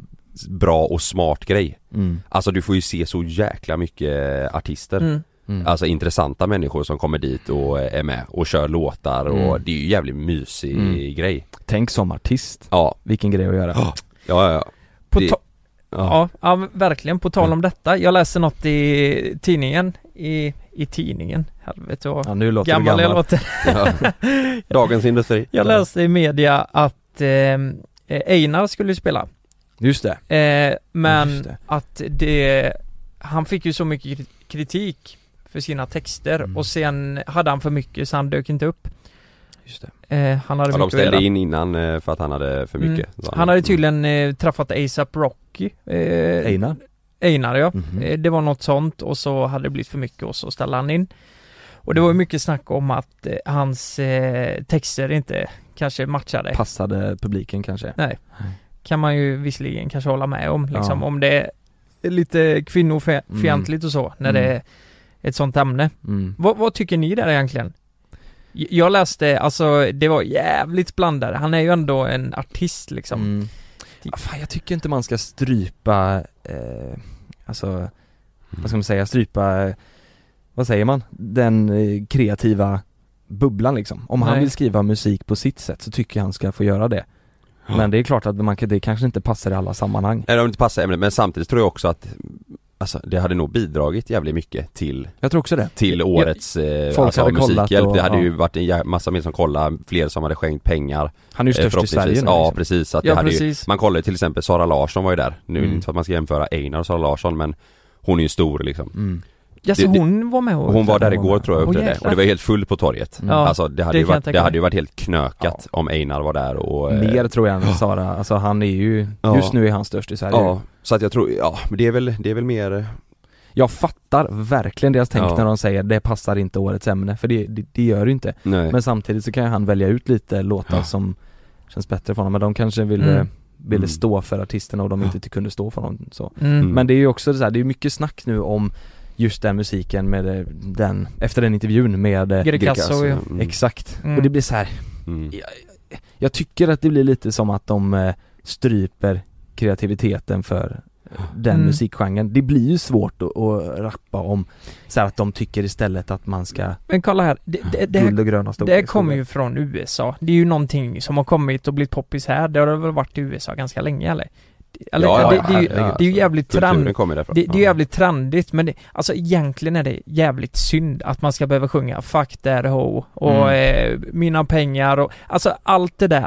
bra och smart grej. Mm. Alltså du får ju se så jäkla mycket artister. Mm. Mm. Alltså intressanta människor som kommer dit och är med och kör låtar och Mm. det är ju jävligt mysig Mm. grej. Tänk som artist, Ja, vilken grej att göra. ja, ja, ja. På Det- ta- ja. ja, ja, verkligen. På tal om detta. Jag läste något i tidningen. I, i tidningen. Helvete vad Ja, nu låter gammal du jag gammal. låter. Ja. Dagens Industri. Jag läste i media att eh, Einar skulle spela. Just det. Eh, men Just det. att det, han fick ju så mycket kri- kritik för sina texter Mm. och sen hade han för mycket så han dök inte upp. Just det. Eh, han hade Ja, de mycket att ställde göra. in innan eh, för att han hade för mycket. Mm. Så Han hade tydligen eh, träffat A$AP Rocky. Eh, Einar. Einar ja. Mhm. Eh, Det var något sånt och så hade det blivit för mycket och så ställde han in. Och det var ju mycket snack om att eh, hans eh, texter inte kanske matchade. Passade publiken kanske. Nej. Kan man ju visserligen kanske hålla med om liksom, Ja. om det är lite kvinnofientligt och så när Mm. det är ett sånt ämne. Mm. Vad, vad tycker ni där egentligen? J- Jag läste, alltså det var jävligt blandade. Han är ju ändå en artist liksom. Mm. Ja, fan, jag tycker inte man ska strypa eh, alltså vad ska man säga, strypa eh, vad säger man? Den eh, kreativa bubblan liksom. Om han Nej. vill skriva musik på sitt sätt så tycker jag han ska få göra det. Men det är klart att man kan, det kanske inte passar i alla sammanhang. Eller om det inte passar ämnet, men samtidigt tror jag också att alltså, det hade nog bidragit jävligt mycket till Jag tror också det. till årets eh, Folk alltså, hade kollat musikhjälp. och- Det hade ja. ju varit en jä- massa mer som kollade, fler som hade skänkt pengar. Han är ju eh, störst i Sverige förhoppningsvis. nu, Ja liksom. precis, så att Ja, det hade ju, precis. man kollar ju till exempel Sara Larsson var ju där. Nu är det Mm. inte för att man ska jämföra Einar och Sara Larsson, men hon är ju stor liksom. Mm. Ja, så det- det- hon var med och... Och hon var där hon var igår med. tror jag Åh, uppträdde. jäklar. Och det var helt fullt på torget. Mm. Ja, Alltså det hade, det ju kan jag varit, tänka det hade mig. ju varit helt knökat om Einar var där och eh, Mer tror jag än Sara, alltså han är ju, Ja. just nu är han störst i Sverige. Ja, så att jag tror, ja men det är väl, det är väl mer. Jag fattar verkligen deras tänk Ja. när de säger det passar inte årets ämne, för det, det, det gör det inte. Nej. Men samtidigt så kan ju han välja ut lite låtar Ja. som känns bättre för honom, men de kanske ville, Mm. ville Mm. stå för artisterna och de inte kunde stå för honom så. Mm. Mm. Men det är ju också så här, det är mycket snack nu om just den musiken med eh, den, efter den intervjun med eh, Greekazo, ja. Mm. Exakt, Mm. och det blir så här. Mm. jag, jag tycker att det blir lite som att de eh, stryper kreativiteten för den Mm. musikgenren. Det blir ju svårt att, att rappa om så här att de tycker istället att man ska Men kolla här, det, det, det, guld och gröna det, det kommer ju från U S A. Det är ju någonting som har kommit och blivit poppis här. Det har väl varit i U S A ganska länge eller? Eller Ja, ja, det, det, är ju, herregud. det är ju jävligt Kulturen trend. kommer därifrån. Det, det är ju Ja. jävligt trendigt, men det, alltså egentligen är det jävligt synd att man ska behöva sjunga fuck that ho och Mm. eh, mina pengar och alltså allt det där.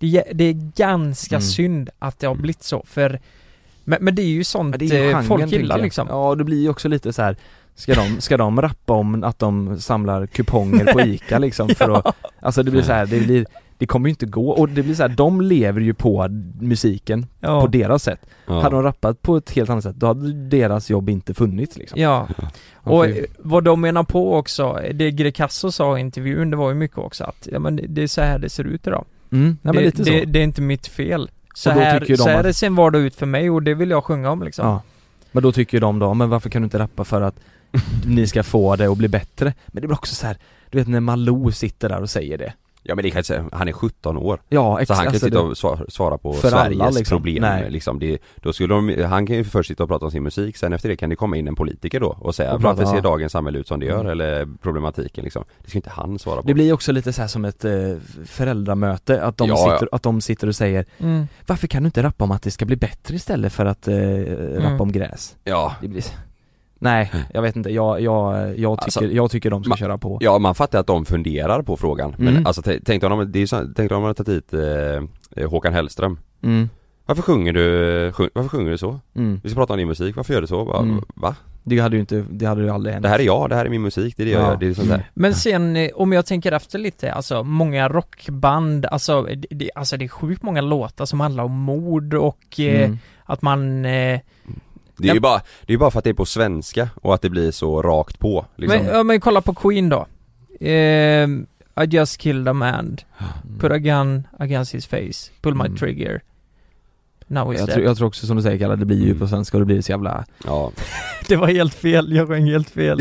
Det, det är ganska Mm. synd att det har blivit så, för men, men det är ju sånt Ja, det är ju eh, genren, folk tänker gillar jag. liksom. Ja, det blir ju också lite så här. Ska de, ska de rappa om att de samlar kuponger på Ica liksom för att, alltså det blir så här, det blir, det kommer ju inte gå, och det blir så här, de lever ju på musiken Ja. på deras sätt. Ja. Hade de rappat på ett helt annat sätt, då hade deras jobb inte funnits liksom. Ja, Man och får ju- eh, vad de menar på också, det Greekazo sa i intervjun, det var ju mycket också att ja, men det- det är så här det ser ut idag. Mm, nej, men det, lite det, så. det är inte mitt fel. Så Och då här, tycker ju de så här att- det sen var det ut för mig, och det vill jag sjunga om liksom. Ja. Men då tycker ju de då, men varför kan du inte rappa för att ni ska få det och bli bättre? Men det blir också så här, du vet när Malou sitter där och säger det. Ja men det kan jag säga, han är sjutton år. Ja, Så exakt. han kan Alltså, sitta det- och svara, svara på För Sveriges alla, liksom. problem Nej. liksom. Det, då skulle de, han kan ju först sitta och prata om sin musik, sen efter det kan det komma in en politiker då och säga Och prata, varför ser ja. dagens samhälle ut som det gör, Mm. eller problematiken liksom. Det ska inte han svara på. Det blir också lite så här som ett eh, föräldramöte, att de, Ja, sitter, ja. att de sitter och säger Mm. varför kan du inte rappa om att det ska bli bättre istället för att eh, rappa Mm. om gräs? Ja. Det blir... Nej, jag vet inte, jag, jag, jag, tycker, Alltså, jag tycker de ska ma- köra på. Ja, man fattar att de funderar på frågan. Men Mm. alltså t- tänk dig om de, det är så, tänk dig om de hade tagit hit eh, Håkan Hellström. Mm. Varför sjunger du, sjung, varför sjunger du så? Mm. Vi ska prata om din musik, varför gör du så? Va? Mm. Va? Det hade ju inte, det hade ju aldrig hänt. Det här är jag, det här är min musik, det är det jag Ja. gör, det är sånt där. Men sen, eh, om jag tänker efter lite, alltså många rockband, alltså det, det, alltså det är sjukt många låtar som handlar om mord och eh, Mm. att man eh, Det är ju Ja. bara, det är bara för att det är på svenska och att det blir så rakt på liksom. men, ja, men kolla på Queen då. Eh, I just killed a man, put a gun against his face, pull my Mm. trigger, now he's Jag, dead. tror, jag tror också som du säger Kalle, det blir ju Mm. på svenska och det blir så jävla... Ja. Det var helt fel, jag sjöng helt fel.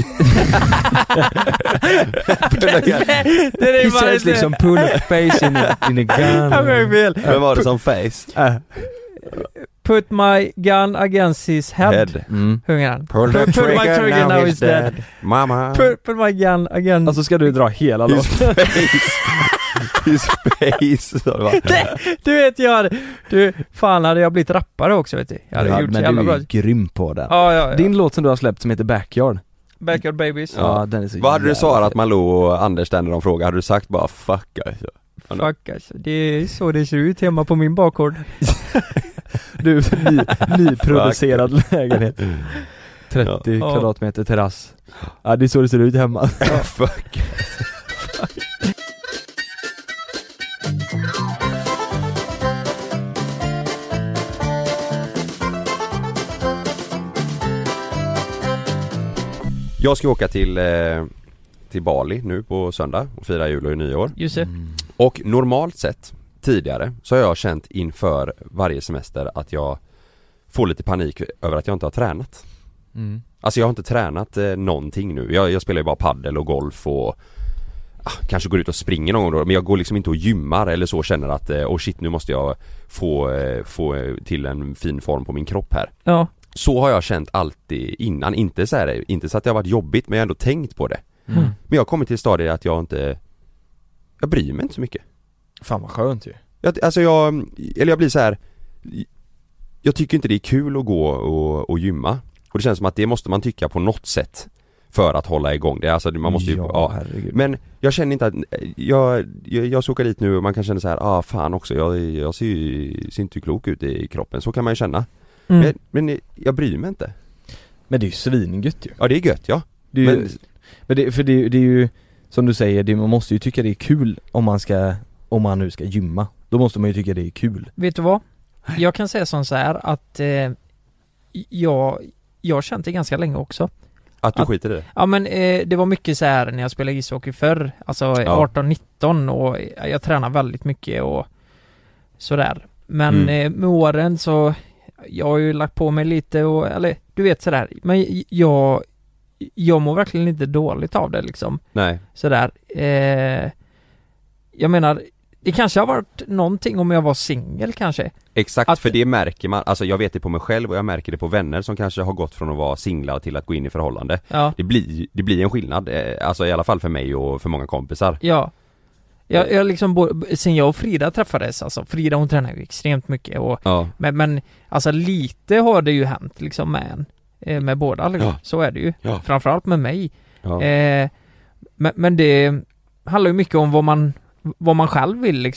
det, det är He ju bara says det. liksom pull a face in a, in a gun. Jag sjöng fel. Vem var det som face? Äh. Put my gun against his head, Head. Mm. sjunger han. Pull Put, put my trigger, now he's dead. Mamma. Put, put my gun against... Alltså ska du dra hela His låten? face. His face. sa det va? Du vet jag hade, du, fan hade jag blivit rappare också vet du. Jag hade Ja, gjort så men jävla du bra. är ju grym på det. Ja, ja, ja. Din låt som du har släppt som heter Backyard. Backyard Babies. Ja, den är så Vad hade du jävla svarat fet. Malou och Anders där när de frågade? Hade du sagt bara fuck alltså? Fuck alltså, det är så det ser ut hemma på min bakgård. Du, ny, nyproducerad lägenhet. trettio Ja. kvadratmeter terrass. Ja, det är så det ser ut hemma. Fuck. Jag ska åka till, eh, till Bali nu på söndag och fira jul och nyår. Just det. Och normalt sett tidigare så har jag känt inför varje semester att jag får lite panik över att jag inte har tränat. Mm. Alltså jag har inte tränat eh, någonting nu. Jag, jag spelar ju bara paddel och golf och ah, kanske går ut och springer någon gång då, men jag går liksom inte och gymmar eller så, känner att eh, oh shit, nu måste jag få, eh, få eh, till en fin form på min kropp här. Ja. Så har jag känt alltid innan, inte så här, inte så att det har varit jobbigt, men jag har ändå tänkt på det. Mm. Men jag har kommit till stadiet att jag inte, jag bryr mig inte så mycket. Fan vad skönt ju. Jag, alltså jag, eller jag blir så här. Jag tycker inte det är kul att gå och, och gymma. Och det känns som att det måste man tycka på något sätt för att hålla igång det. Alltså man måste ju, Ja, ja. herregud. Men jag känner inte att, jag, jag, jag ska åka dit nu och man kan känna så här, ah fan också, jag, jag ser ju, ser inte klok ut i kroppen. Så kan man ju känna. Mm. Men, men jag bryr mig inte. Men det är ju svingött ju. Ja, det är gött, ja. Det är ju, Men- men det, för det, det är ju som du säger, det, man måste ju tycka det är kul om man ska, om man nu ska gymma. Då måste man ju tycka det är kul. Vet du vad? Jag kan säga som så här att eh, jag, jag har känt det ganska länge också. Att du Att- skiter i det. Ja men eh, det var mycket så här när jag spelade ishockey förr, alltså Ja. arton nitton, och jag tränar väldigt mycket och sådär. Men Mm. eh, med åren så, jag har ju lagt på mig lite och, eller du vet sådär, men jag, jag mår verkligen inte dåligt av det liksom. Nej. Sådär. Eh, jag menar, det kanske har varit någonting om jag var singel kanske. Exakt, Att- för det märker man, alltså jag vet det på mig själv och jag märker det på vänner som kanske har gått från att vara singlar till att gå in i förhållande. Ja. Det blir, det blir en skillnad, eh, alltså i alla fall för mig och för många kompisar. Ja. Jag, jag liksom, bo- sen jag och Frida träffades, alltså Frida hon tränar ju extremt mycket och Ja. Men, men alltså lite har det ju hänt liksom med en, eh, med båda liksom. Ja. Så är det ju, Ja. framförallt med mig. Ja. eh, men, men det handlar ju mycket om vad man vad man själv vill liksom.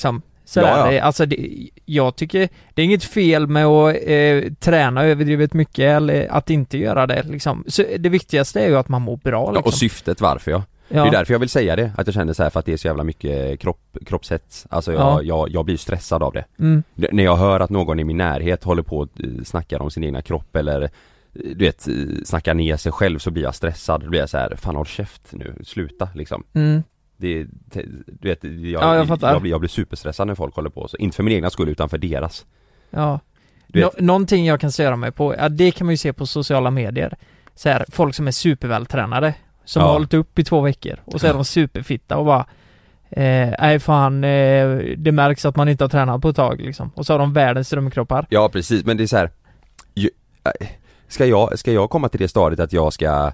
Sådär. Ja, ja. Det, alltså det, jag tycker det är inget fel med att eh, träna överdrivet mycket eller att inte göra det liksom. Så det viktigaste är ju att man mår bra liksom. Ja, och syftet varför jag Ja. Det är därför jag vill säga det, att jag känner så här för att det är så jävla mycket kropp, kroppshets. Alltså jag, Ja. jag, jag blir stressad av det. Mm. det. När jag hör att någon i min närhet håller på att eh, snacka om sin egna kropp eller eh, du vet, eh, snacka ner sig själv, så blir jag stressad. Då blir jag så här, fan håll käft nu, sluta liksom. Mm. Det, te- du vet, jag, Ja, jag fattar. jag, blir, jag blir superstressad när folk håller på så. Inte för min egna skull utan för deras. Ja. Du vet- Nå- någonting jag kan störa mig på, ja, det kan man ju se på sociala medier. Så här, folk som är supervältränade, som Ja. har hållit upp i två veckor och så är de superfitta och bara eh, nej fan, eh, det märks att man inte har tränat på ett tag liksom. Och så har de världens drömkroppar. Ja precis, men det är så här. Ju, äh, ska, jag, ska jag komma till det stadiet att jag ska,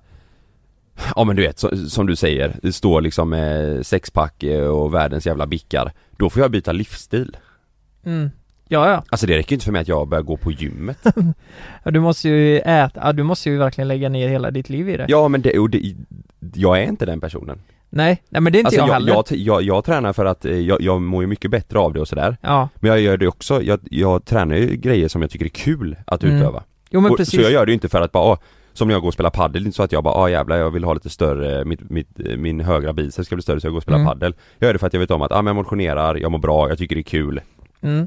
ja men du vet, så, som du säger, stå liksom med sexpack och världens jävla bickar, då får jag byta livsstil. Mm. Ja, ja. Alltså det räcker inte för mig att jag börjar gå på gymmet. Ja, du måste ju äta, ja, du måste ju verkligen lägga ner hela ditt liv i det. Ja men det, och det, jag är inte den personen. Nej, nej men det är inte Alltså jag, jag, heller. jag, jag, jag tränar för att eh, jag, jag mår ju mycket bättre av det och sådär. Ja. Men jag gör det också, jag, jag tränar ju grejer som jag tycker är kul att Mm. utöva. Jo men och, precis. så jag gör det ju inte för att bara, ah, som när jag går och spelar paddel, inte så att jag bara, ah jävlar jag vill ha lite större, mitt, mitt, min högra biceps ska bli större så jag går och spelar Mm. paddel. Jag gör det för att jag vet om att, ah men jag motionerar, jag mår bra, jag tycker det är kul. Mm.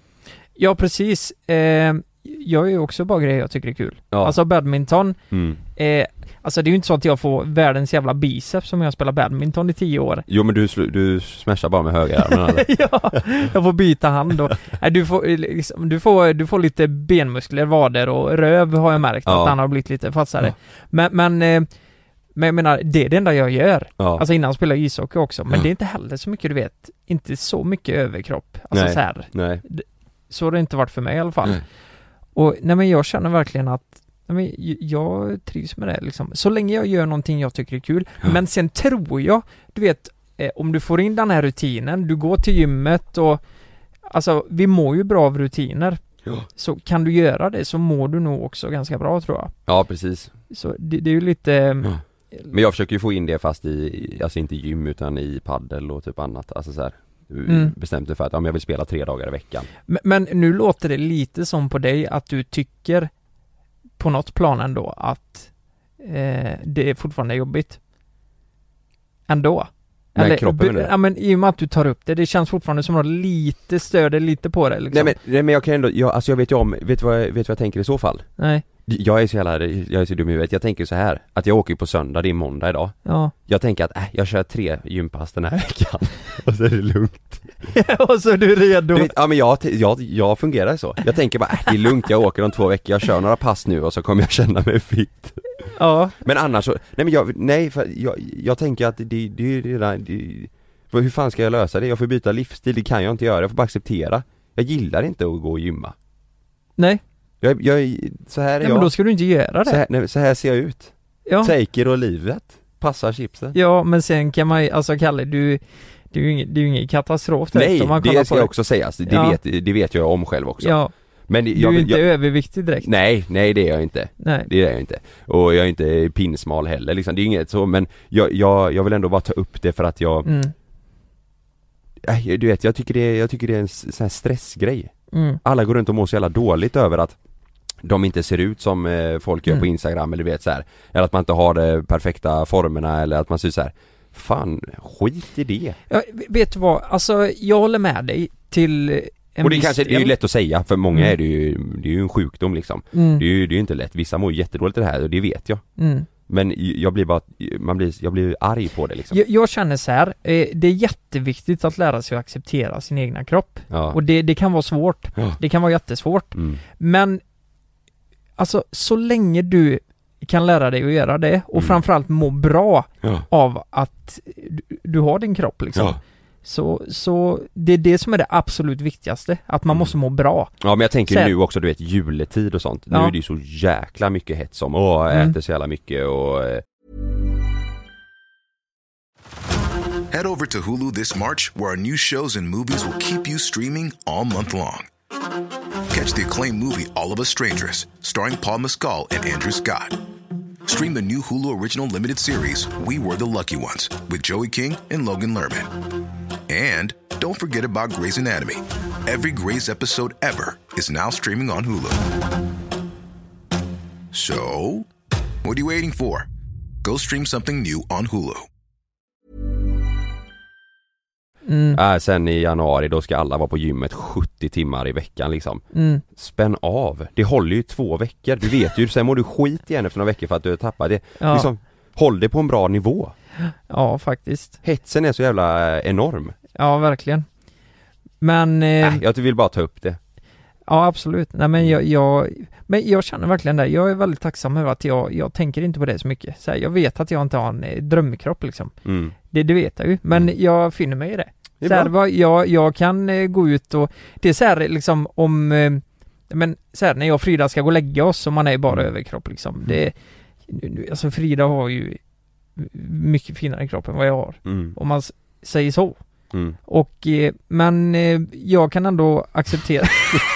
Ja precis. Eh, jag är ju också bara grejer jag tycker är kul. Ja. Alltså badminton, Mm. eh, alltså det är ju inte så att jag får världens jävla biceps som jag spelar badminton i tio år. Jo men du, sl- du smashar bara med höger armen eller? Ja, jag får byta hand och, nej, du får eh, liksom, du får, du får lite benmuskler, vader och röv har jag märkt Ja. att han har blivit lite fastare. Ja. Men, men, eh, men jag menar, det är det enda jag gör. Ja. Alltså innan spelade jag ishockey också, men Ja. det är inte heller så mycket du vet, inte så mycket överkropp. Alltså Nej. så här. Nej. Så har det inte varit för mig i alla fall. Nej. Och nej men jag känner verkligen att nej, men j- jag trivs med det liksom. Så länge jag gör någonting jag tycker är kul. Ja. Men sen tror jag, du vet, eh, om du får in den här rutinen, du går till gymmet och alltså vi mår ju bra av rutiner. Ja. Så kan du göra det så mår du nog också ganska bra tror jag. Ja precis. Så det, det är ju lite... Ja. Men jag försöker ju få in det fast i, alltså inte i gym utan i paddel och typ annat. Alltså så här, Mm. bestämt mig för att ja, men jag vill spela tre dagar i veckan. Men, men nu låter det lite som på dig att du tycker på något plan ändå att eh, det är fortfarande jobbigt. Ändå. Med kroppen, be- menar du? ja men i och med att du tar upp det, det känns fortfarande som att du lite störde lite på det liksom. Nej men, nej men jag kan ändå, jag, alltså jag vet ju om, vet du vad jag, vet du vad jag tänker i så fall? Nej. Jag är så jävla, jag är så dum i huvudet. Jag tänker så här att jag åker på söndag, det är måndag idag. Ja. Jag tänker att äh, jag kör tre gympass den här veckan och så är det lugnt. Och så är du redo. Du vet, ja men jag, jag, jag fungerar så. Jag tänker bara, äh, det är lugnt, jag åker om två veckor, jag kör några pass nu och så kommer jag känna mig fit. Ja. Men annars så, nej men jag, nej för jag, jag tänker att det, det, det är redan, det, för hur fan ska jag lösa det? Jag får byta livsstil, det kan jag inte göra, jag får bara acceptera. Jag gillar inte att gå och gymma. Nej. Jag, jag, så här är Nej jag. men då ska du inte göra det. Så här, nej, så här ser jag ut. Ja. Take it och livet. Passar chipsen. Ja men sen kan man ju, alltså Kalle du, det är ju ingen, det är ju ingen katastrof direkt Nej, om man kollar det ska på jag också säga. Det, Ja. vet, det vet jag om själv också. Ja. Men Du jag, är ju vill- inte jag, överviktig direkt. Nej, nej det är jag inte. Nej. Det är jag inte. Och jag är inte pinsmal heller liksom. Det är inget så, men jag, jag, jag vill ändå bara ta upp det för att jag Mm. äh, du vet, jag tycker det, jag tycker det är en s- sån här stressgrej. Mm. Alla går runt och mår så jävla dåligt över att de inte ser ut som eh, folk gör Mm. på Instagram eller du vet så här. Eller att man inte har de perfekta formerna eller att man ser så här. Fan, skit i det. Ja, vet du vad, alltså jag håller med dig till en Och det är viss kanske, det är ju del. lätt att säga, för många Mm. är det ju, det är ju en sjukdom liksom. Mm. Det är ju det är ju inte lätt, vissa mår jättedåligt i det här och det vet jag. Mm. Men jag blir bara, man blir, jag blir arg på det liksom. Jag, jag känner så här, eh, det är jätteviktigt att lära sig att acceptera sin egna kropp. Ja. Och det, det kan vara svårt. Ja. Det kan vara jättesvårt. Mm. Men alltså så länge du kan lära dig att göra det och Mm. framförallt må bra Ja. av att du, du har din kropp liksom. Ja. Så, så det är det som är det absolut viktigaste. Att man Mm. måste må bra. Ja men jag tänker Sen- nu också, du vet, juletid och sånt. Nu Ja. är det ju så jäkla mycket hets om, åh jag Mm. äter så jävla mycket och eh, Head over to Hulu this March, where our new shows and movies will keep you streaming all month long. Catch the acclaimed movie All of Us Strangers, starring Paul Mescal and Andrew Scott. Stream the new Hulu original limited series We Were the Lucky Ones with Joey King and Logan Lerman. And don't forget about Grey's Anatomy. Every Grey's episode ever is now streaming on Hulu. So, what are you waiting for? Go stream something new on Hulu. Mm. Äh, sen i januari då ska alla vara på gymmet sjuttio timmar i veckan liksom. Mm. Spänn av. Det håller ju två veckor. Du vet ju, sen mår du skit igen efter några veckor för att du har tappat det. Ja. Liksom, håll det på en bra nivå. Ja, faktiskt. Hetsen är så jävla enorm. Ja, verkligen. Men... Eh, äh, jag vill bara ta upp det. Ja, absolut. Nej, men jag, jag, men jag känner verkligen det. Jag är väldigt tacksam över att jag, jag tänker inte på det så mycket. Så här, jag vet att jag inte har en eh, drömkropp liksom. Mm. Det, det vet jag ju. Men mm. jag finner mig i det. det så här, vad, jag, jag kan eh, gå ut och... Det är så här liksom om... Eh, men så här, när jag och Frida ska gå och lägga oss och man är bara mm. överkropp liksom. Mm. Det, alltså Frida har ju mycket finare kropp än vad jag har. Mm. Om man s- säger så. Mm. Och... Eh, men eh, jag kan ändå acceptera...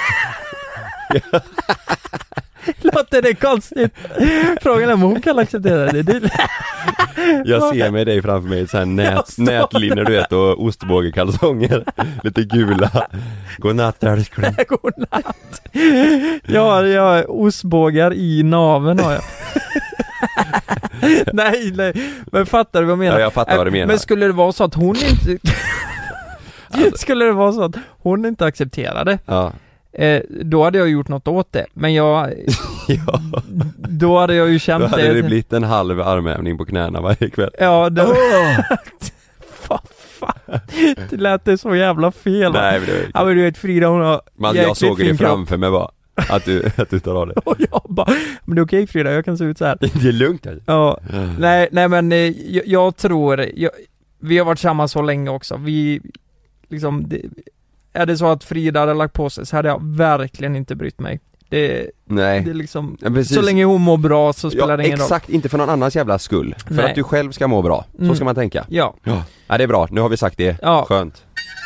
Låter det konstigt? Frågan är om hon kan acceptera det. det... Jag ser med dig framför mig ett sån här nät, nätlinor du vet och ostbågekalsonger. Lite gula. Godnatt älskling. Godnatt. Ja, jag har ostbågar i naveln har jag. nej, nej. Men fattar du vad jag menar? Ja, jag fattar vad du menar. Men skulle det vara så att hon inte... skulle det vara så att hon inte accepterade? Ja. Eh, då hade jag gjort något åt det. Men jag... ja. Då hade jag ju känt det. Då hade det, det blivit en halv armhävning på knäna varje kväll. Ja, det... Oh! fan, fan. Det lät det så jävla fel. Nej, men det var... Ja, men du vet Frida, hon har... Man, jag såg det framför mig bara. Att du, att du tar av det. Och jag bara, men det är okej Frida, jag kan se ut så här. Det är lugnt alltså. Ja, nej, nej men eh, jag, jag tror, jag, vi har varit samman så länge också. Vi, liksom, det, är det så att Frida hade lagt på sig så hade jag verkligen inte brytt mig. Det, nej. det är liksom, ja, så länge hon mår bra så spelar ja, det ingen roll. Exakt, inte för någon annans jävla skull. För nej. att du själv ska må bra. Så mm. ska man tänka. Ja. ja. Ja, det är bra. Nu har vi sagt det. Ja. Skönt.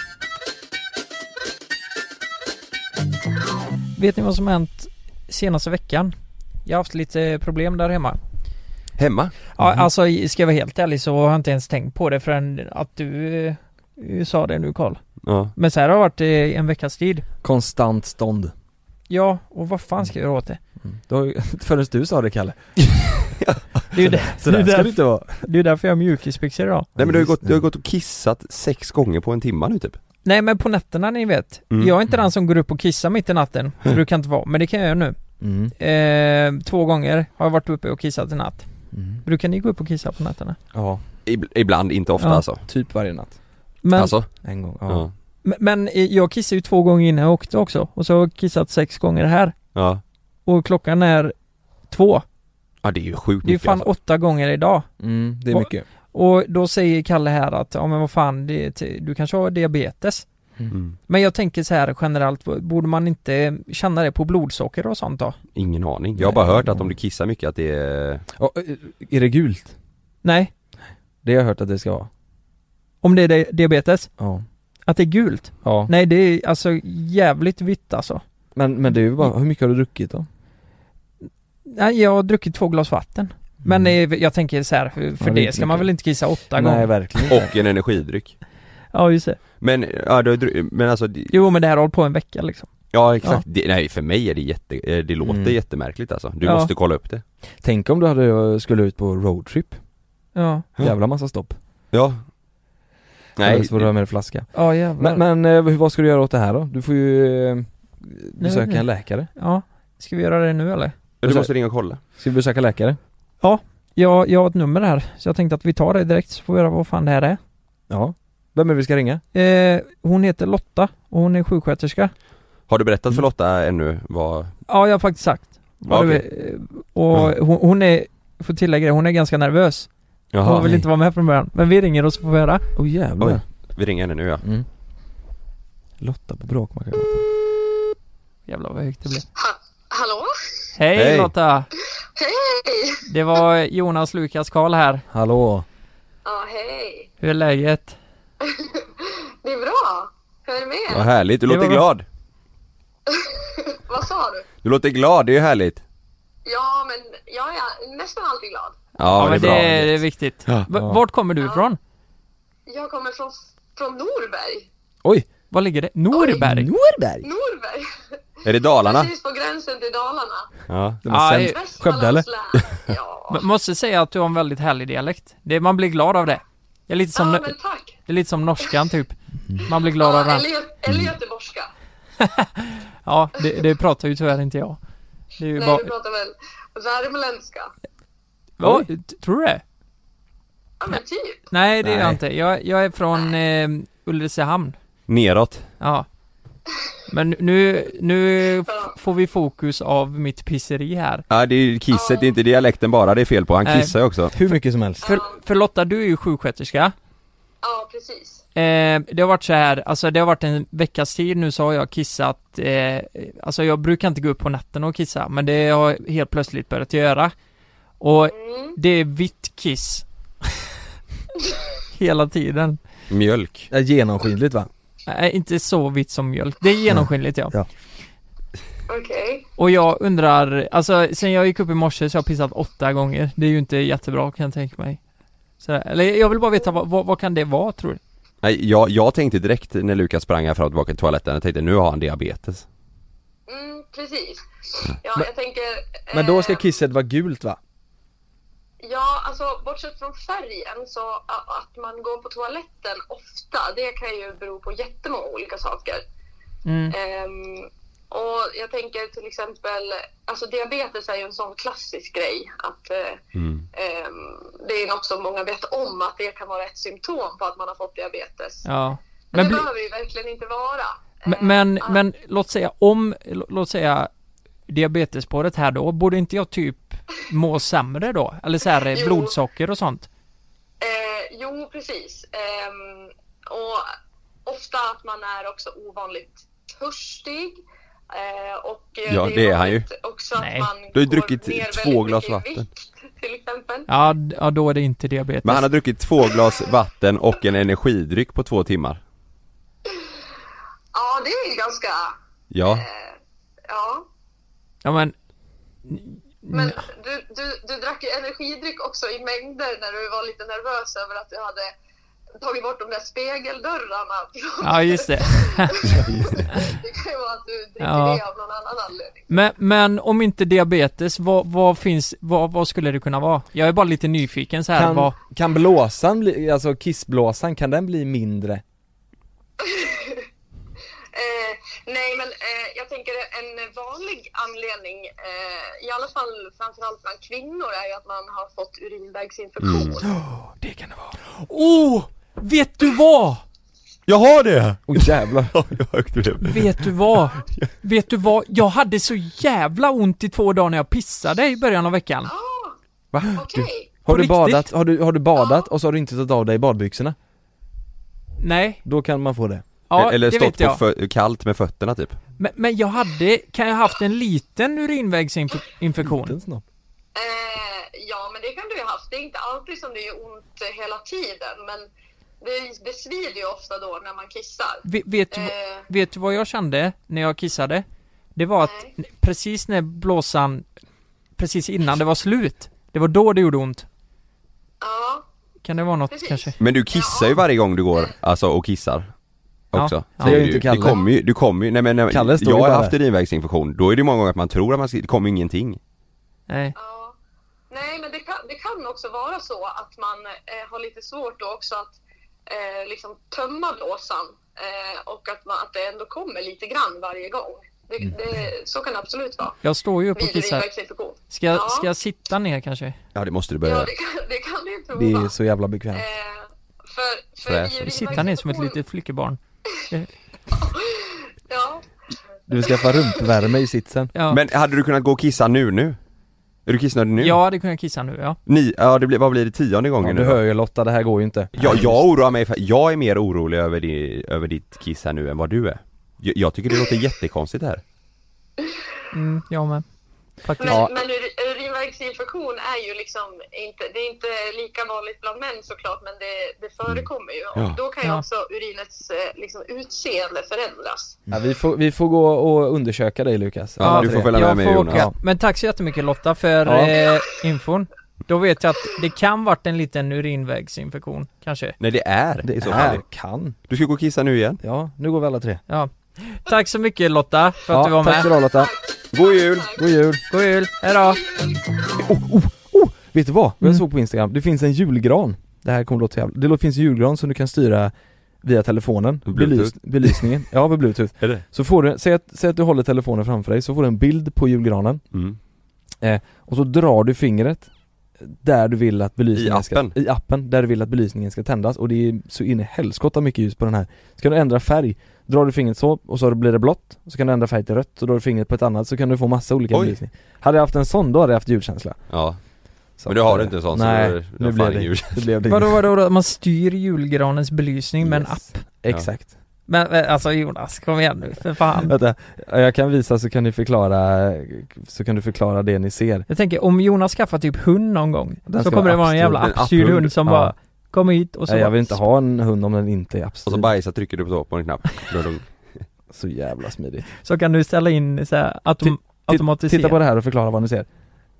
Vet ni vad som hänt senaste veckan? Jag har haft lite problem där hemma. Hemma? Ja, mm. alltså ska jag vara helt ärlig så har jag inte ens tänkt på det förrän att du eh, sa det nu, Carl. Ja. Men så här har det varit eh, en veckas tid. Konstant stånd. Ja, och vad fan ska jag göra åt det? Mm. Då, förrän du sa det, Kalle. Det är ju det. Så där ska det inte vara. Det är därför jag har mjukisbyxor idag. Nej, men du har, gått, du har gått och kissat sex gånger på en timme nu typ. Nej, men på nätterna ni vet. Mm. Jag är inte den som går upp och kissar mitt i natten. Det brukar inte vara, men det kan jag göra nu. Mm. Eh, två gånger har jag varit uppe och kissat i natt. Mm. Brukar ni gå upp och kissa på nätterna? Ja. Ibland, inte ofta ja. alltså. Typ varje natt. Men, alltså? En gång, ja. ja. Men, men jag kissade ju två gånger innan jag åkte också. Och så har jag kissat sex gånger här. Ja. Och klockan är två. Ja, det är ju sjukt. Det är fan alltså. åtta gånger idag. Mm, det är mycket. Och, och då säger Kalle här att, ja men vad fan, det, du kanske har diabetes. Mm. Men jag tänker så här generellt, borde man inte känna det på blodsocker och sånt då? Ingen aning. Jag har bara hört att om du kissar mycket att det är... Ja, är det gult? Nej. Det har jag hört att det ska vara. Om det är diabetes? Ja. Att det är gult? Ja. Nej, det är alltså jävligt vitt alltså. Men, men det är ju bara, hur mycket har du druckit då? Nej, jag har druckit två glas vatten. Men mm. jag tänker så här, för, för ja, det ska man väl inte kissa åtta Nej, gånger? Nej, verkligen inte. Och en energidryck. Ja, just det. Men, ja, du, men alltså... Jo, men det här håller på en vecka liksom. Ja, exakt. Ja. Det, nej, för mig är det jätte... Det låter mm. jättemärkligt alltså. Du ja. måste kolla upp det. Tänk om du hade, skulle ut på roadtrip. Ja. Jävla massa stopp. Ja. Nej. Eller så får du ha med en flaska. Ja, jävlar. Men, men vad ska du göra åt det här då? Du får ju eh, besöka nej, en läkare. Ja. Ska vi göra det nu eller? Du måste ringa och kolla. Ska vi besöka läkare? Ja. Jag, jag har ett nummer här. Så jag tänkte att vi tar det direkt så får vi göra vad fan det här är. Ja. Vem är vi ska ringa? Eh, hon heter Lotta och hon är sjuksköterska. Har du berättat för Lotta ännu vad... Ja, jag har faktiskt sagt. Ja, okay. du, och hon, hon är, får tillägga det, hon är ganska nervös. Jaha, hon vill nej. inte vara med från början. Men vi ringer och så får vi höra. Åh oh, jävlar. Oj. Vi ringer henne nu, ja. Mm. Lotta på Bråkmakargatan. Jävlar vad högt det blev. Ha- Hallå? Hej, Hej Lotta. Hej. Det var Jonas Lukas Karl här. Hallå. Ja, hej. Hur är läget? Det är bra. Hur är det med? Vad härligt, du det låter glad. Vad sa du? Du låter glad, det är ju härligt. Ja, men jag är nästan alltid glad. Ja, ja men det är, det, bra. är, det är viktigt. Ja. V- vart kommer du ifrån? Jag kommer från, från Norberg. Oj! Var ligger det? Norberg? Norberg? Norberg. Är det Dalarna? Precis på gränsen till Dalarna. Ja. Det var Ja, sen Skövde eller? Ja. Men måste säga att du har en väldigt härlig dialekt. Det, man blir glad av det. Det är lite som, Ja, men tack. det är lite som norskan typ. Man blir glad av Ja, den. eller, Gö- eller göteborgska. Ja, det, det pratar ju tyvärr inte jag. Det är ju Nej, bara... du pratar väl värmländska? Ja, t- tror du det? Ja, men typ. Nej, det är Nej. jag inte. Jag, jag är från eh, Ulricehamn. Neråt. Ja. Men nu, nu f- får vi fokus av mitt pisseri här. Ja, det är ju kisset, det är inte dialekten bara det är fel på. Han Nej. kissar ju också. Hur mycket som helst. För, för Lotta, du är ju sjuksköterska. Ja, precis. Eh, det har varit så här, alltså det har varit en veckas tid nu så har jag kissat, eh, alltså jag brukar inte gå upp på natten och kissa, men det har jag helt plötsligt börjat göra. Och Mm. det är vitt kiss. Hela tiden. Mjölk. Ja, genomskinligt va? Nej, inte så vitt som mjölk. Det är genomskinligt, ja. Ja. Okej. Och jag undrar, alltså sen jag gick upp i morse så har jag pissat åtta gånger. Det är ju inte jättebra kan jag tänka mig. Så, eller jag vill bara veta, vad, vad, vad kan det vara tror du? Nej, jag, jag tänkte direkt när Lukas sprang här fram och tillbaka till toaletten, jag tänkte nu har han diabetes. Mm, precis. Ja, Men- jag tänker... Men då ska eh, kisset vara gult va? Ja, alltså bortsett från färgen så a- att man går på toaletten ofta, det kan ju bero på jättemånga olika saker. Mm. Ehm, och jag tänker till exempel, alltså diabetes är ju en sån klassisk grej att eh, Mm. ehm, det är något som många vet om att det kan vara ett symptom på att man har fått diabetes. Ja. Men, Men, det bli, behöver ju verkligen inte vara. men, Ehm, men, ah, men låt säga om, l- låt säga diabetesspåret här då, borde inte jag typ må sämre då? Eller så här Jo. blodsocker och sånt? Eh, jo, precis. Ehm, och ofta att man är också ovanligt törstig. Eh, och eh, Ja, det är han ju. vanligt också Nej. att man Du har ju går druckit ner två väldigt glas mycket i vatten. vikt, till exempel. Ja, d- ja, då är det inte diabetes. Men han har druckit två glas vatten och en energidryck på två timmar. Ja, det är ju ganska... Ja. Eh, ja. Ja, men... Men du, du, du drack ju energidryck också i mängder när du var lite nervös över att du hade tagit bort de där spegeldörrarna. Ja, just det. Det kan ju vara att du dricker Ja. det av någon annan anledning. Men, men om inte diabetes, vad, vad finns, vad, vad skulle det kunna vara? Jag är bara lite nyfiken så här, Kan, vad... kan blåsan bli, alltså kissblåsan, kan den bli mindre? Eh, nej, men eh, jag tänker en vanlig anledning, eh, i alla fall framförallt bland kvinnor, är ju att man har fått urinvägsinfektion. Det kan det vara. Oh! Vet du vad? Jag har det! Åh jävlar. Ja, jag högt det. Vet du vad? Vet du vad? Jag hade så jävla ont i två dagar när jag pissade i början av veckan. Ah, Va? okej. Har På du riktigt? badat, har du, har du badat och så har du inte tagit av dig badbyxorna? Nej. Då kan man få det. Ja, Eller det stått vet jag. på fö- kallt med fötterna typ. Men, men jag hade, kan jag haft en liten urinvägsinfektion? Liten snopp. Eh, ja, men det kan du ju ha haft. Det är inte alltid som det gör ont eh, hela tiden, men det, det svider ju ofta då när man kissar. Vet, vet, du, Eh, vet du vad jag kände när jag kissade? Det var att Nej. precis när blåsan, precis innan det var slut, det var då det gjorde ont. ja, Kan det vara något Precis. kanske? Men du kissar ju varje gång du går, alltså och kissar också. Ja. Så Det gör är ju du- inte Kalle. Det kommer ju, du kommer ju, nej men nej, Kalle står jag ju har bara haft där. urinvägsinfektion, då är det många gånger att man tror att man ska, det kommer ingenting. Nej. ja. Nej, men det kan, det kan också vara så att man eh, har lite svårt då också att eh, liksom tömma blåsan eh, och att, man, att det ändå kommer lite grann varje gång. Det, det, så kan det absolut vara. Jag står ju upp och Vid kissar. urinvägsinfektion. Ska jag, Ja. ska jag sitta ner kanske? Ja det måste du börja Ja, göra. det kan, det kan du ju prova. Det är så jävla bekvämt. Eh, för, för Fräsch. i Sitta ner som ett urinvägsinfektion- litet flickebarn. Ja, Du ska få rumpvärme i sitsen. Ja, Men hade du kunnat gå och kissa nu nu? Är du kissnödig nu? ja det kunde jag kissa nu, ja. Ni, ja det blir, vad blir det, tionde Ja, gången du nu hör då? ju Lotta, det här går ju inte. Ja, jag oroar mig för, jag är mer orolig över, di, över ditt kiss här nu än vad du är. Jag, jag tycker det låter jättekonstigt det här. Mm, jag med. Faktiskt. men, Ja. men ur- urinvägsinfektion är ju liksom inte, det är inte lika vanligt bland män såklart, men det, det förekommer ju. Ja. Och då kan ju Ja. också urinets eh, liksom, utseende förändras. Ja, vi, får, vi får gå och undersöka dig Lukas. Ja, Alla du tre. får följa med Jag mig får Jonas. åka. Men tack så jättemycket Lotta för Ja. eh, infon. Då vet jag att det kan varit en liten urinvägsinfektion, kanske. Nej, det är Det i så är, fall. kan. Du ska gå och kissa nu igen. Ja, nu går vi alla tre. Ja. Tack så mycket Lotta för att Ja, du var tack med. ska du ha, Lotta. God jul! God jul. God jul. Hej då. Oh, oh, oh. Vet du vad? Jag Mm. såg på Instagram, det finns en julgran. Det här kommer låta jävla. Det finns en julgran som du kan styra via telefonen. Bluetooth. Belys, belysningen. Ja, med Bluetooth. Är det? Så får du, säg att, säg att du håller telefonen framför dig, så får du en bild på julgranen. Mm. Eh, och så drar du fingret där du vill att belysningen I appen? ska, i appen, där du vill att belysningen ska tändas. Och det är så in i helskotta mycket ljus på den här. Så kan du ändra färg. Drar du fingret så, och så blir det blått. Så kan du ändra färg till rött. Så drar du fingret på ett annat, så kan du få massa olika Oj. belysning. Hade jag haft en sån, då hade jag haft julkänsla. Ja. Så Men du att, har eh, inte en sån, nej, så du, du nu har blev fan det, ingen jul. det blev det. Vadå, vadå, vadå? Man styr julgranens belysning med en Yes. app. Exakt. Men men, alltså Jonas, kom igen nu, för fan. Vänta, jag kan visa så kan ni förklara så kan du förklara det ni ser. Jag tänker, om Jonas skaffar typ hund någon gång, Den så ska kommer det vara vara en jävla appstyrd. En appstyrd apphund. hund som Ja. bara kom hit och så Nej, jag bara- vill inte ha en hund om den inte är Och appstyrd. så bajsa trycker du på, på en knapp. Så jävla smidigt. Så kan du ställa in så här autom- automatisera. Titta på det här och förklara vad ni ser.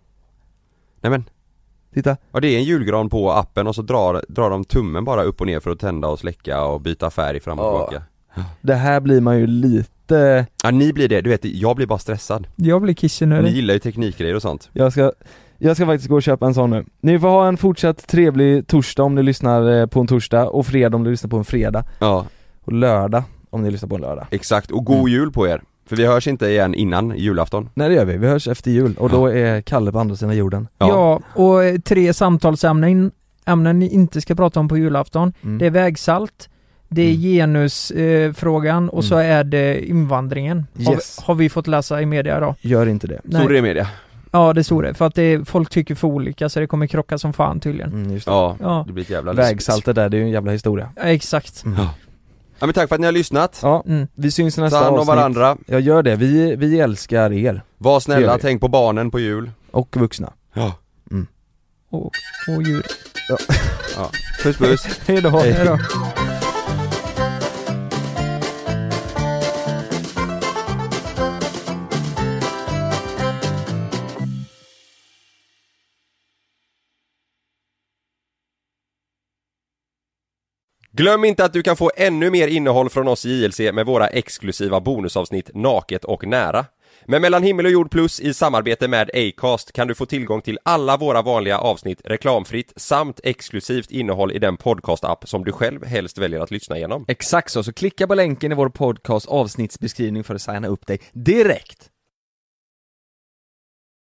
Nej men, Titta. ja, det är en julgran på appen och så drar, drar de tummen bara upp och ner för att tända och släcka och byta färg fram och Ja. tillbaka. Det här blir man ju lite. Ja, ni blir det, du vet, jag blir bara stressad. Jag blir Ni kissenödig. gillar ju teknikgrejer och sånt. Jag ska Jag ska faktiskt gå och köpa en sån nu. Ni får ha en fortsatt trevlig torsdag om ni lyssnar eh, på en torsdag, och fredag om ni lyssnar på en fredag, Ja, och lördag om ni lyssnar på en lördag. exakt, och god jul på er. För vi hörs inte igen innan julafton. Nej, det gör vi, vi hörs efter jul, och då är Kalle på andra sidan jorden. Ja, och eh, tre samtalsämnen ämnen ni inte ska prata om på julafton. Mm. Det är vägsalt, det är genusfrågan eh, frågan, och Mm. så är det invandringen. Har, Yes. vi, har vi fått läsa i media då? Gör inte det. Nej. Så det är media. Ja, det står det. För att det, folk tycker för olika, så det kommer krocka som fan tydligen. Mm, just det. Ja, Ja. det blir ett jävla Vägsaltet där, det är ju en jävla historia. Ja, exakt. Mm. Ja. Ja, men tack för att ni har lyssnat. Ja, Mm. vi syns i Ta nästa hand om avsnitt. varandra. Jag gör det, vi, vi älskar er. Var Det gör snälla, vi. tänk på barnen på jul. Och vuxna. Ja. Och, och djur. Ja. Puss puss. Hej då. Hej. Hej då. Glöm inte att du kan få ännu mer innehåll från oss i J L C med våra exklusiva bonusavsnitt Naket och nära. Med Mellan himmel och jord plus i samarbete med Acast kan du få tillgång till alla våra vanliga avsnitt reklamfritt samt exklusivt innehåll i den podcast-app som du själv helst väljer att lyssna igenom. Exakt så, så klicka på länken i vår podcast avsnittsbeskrivning för att signa upp dig direkt.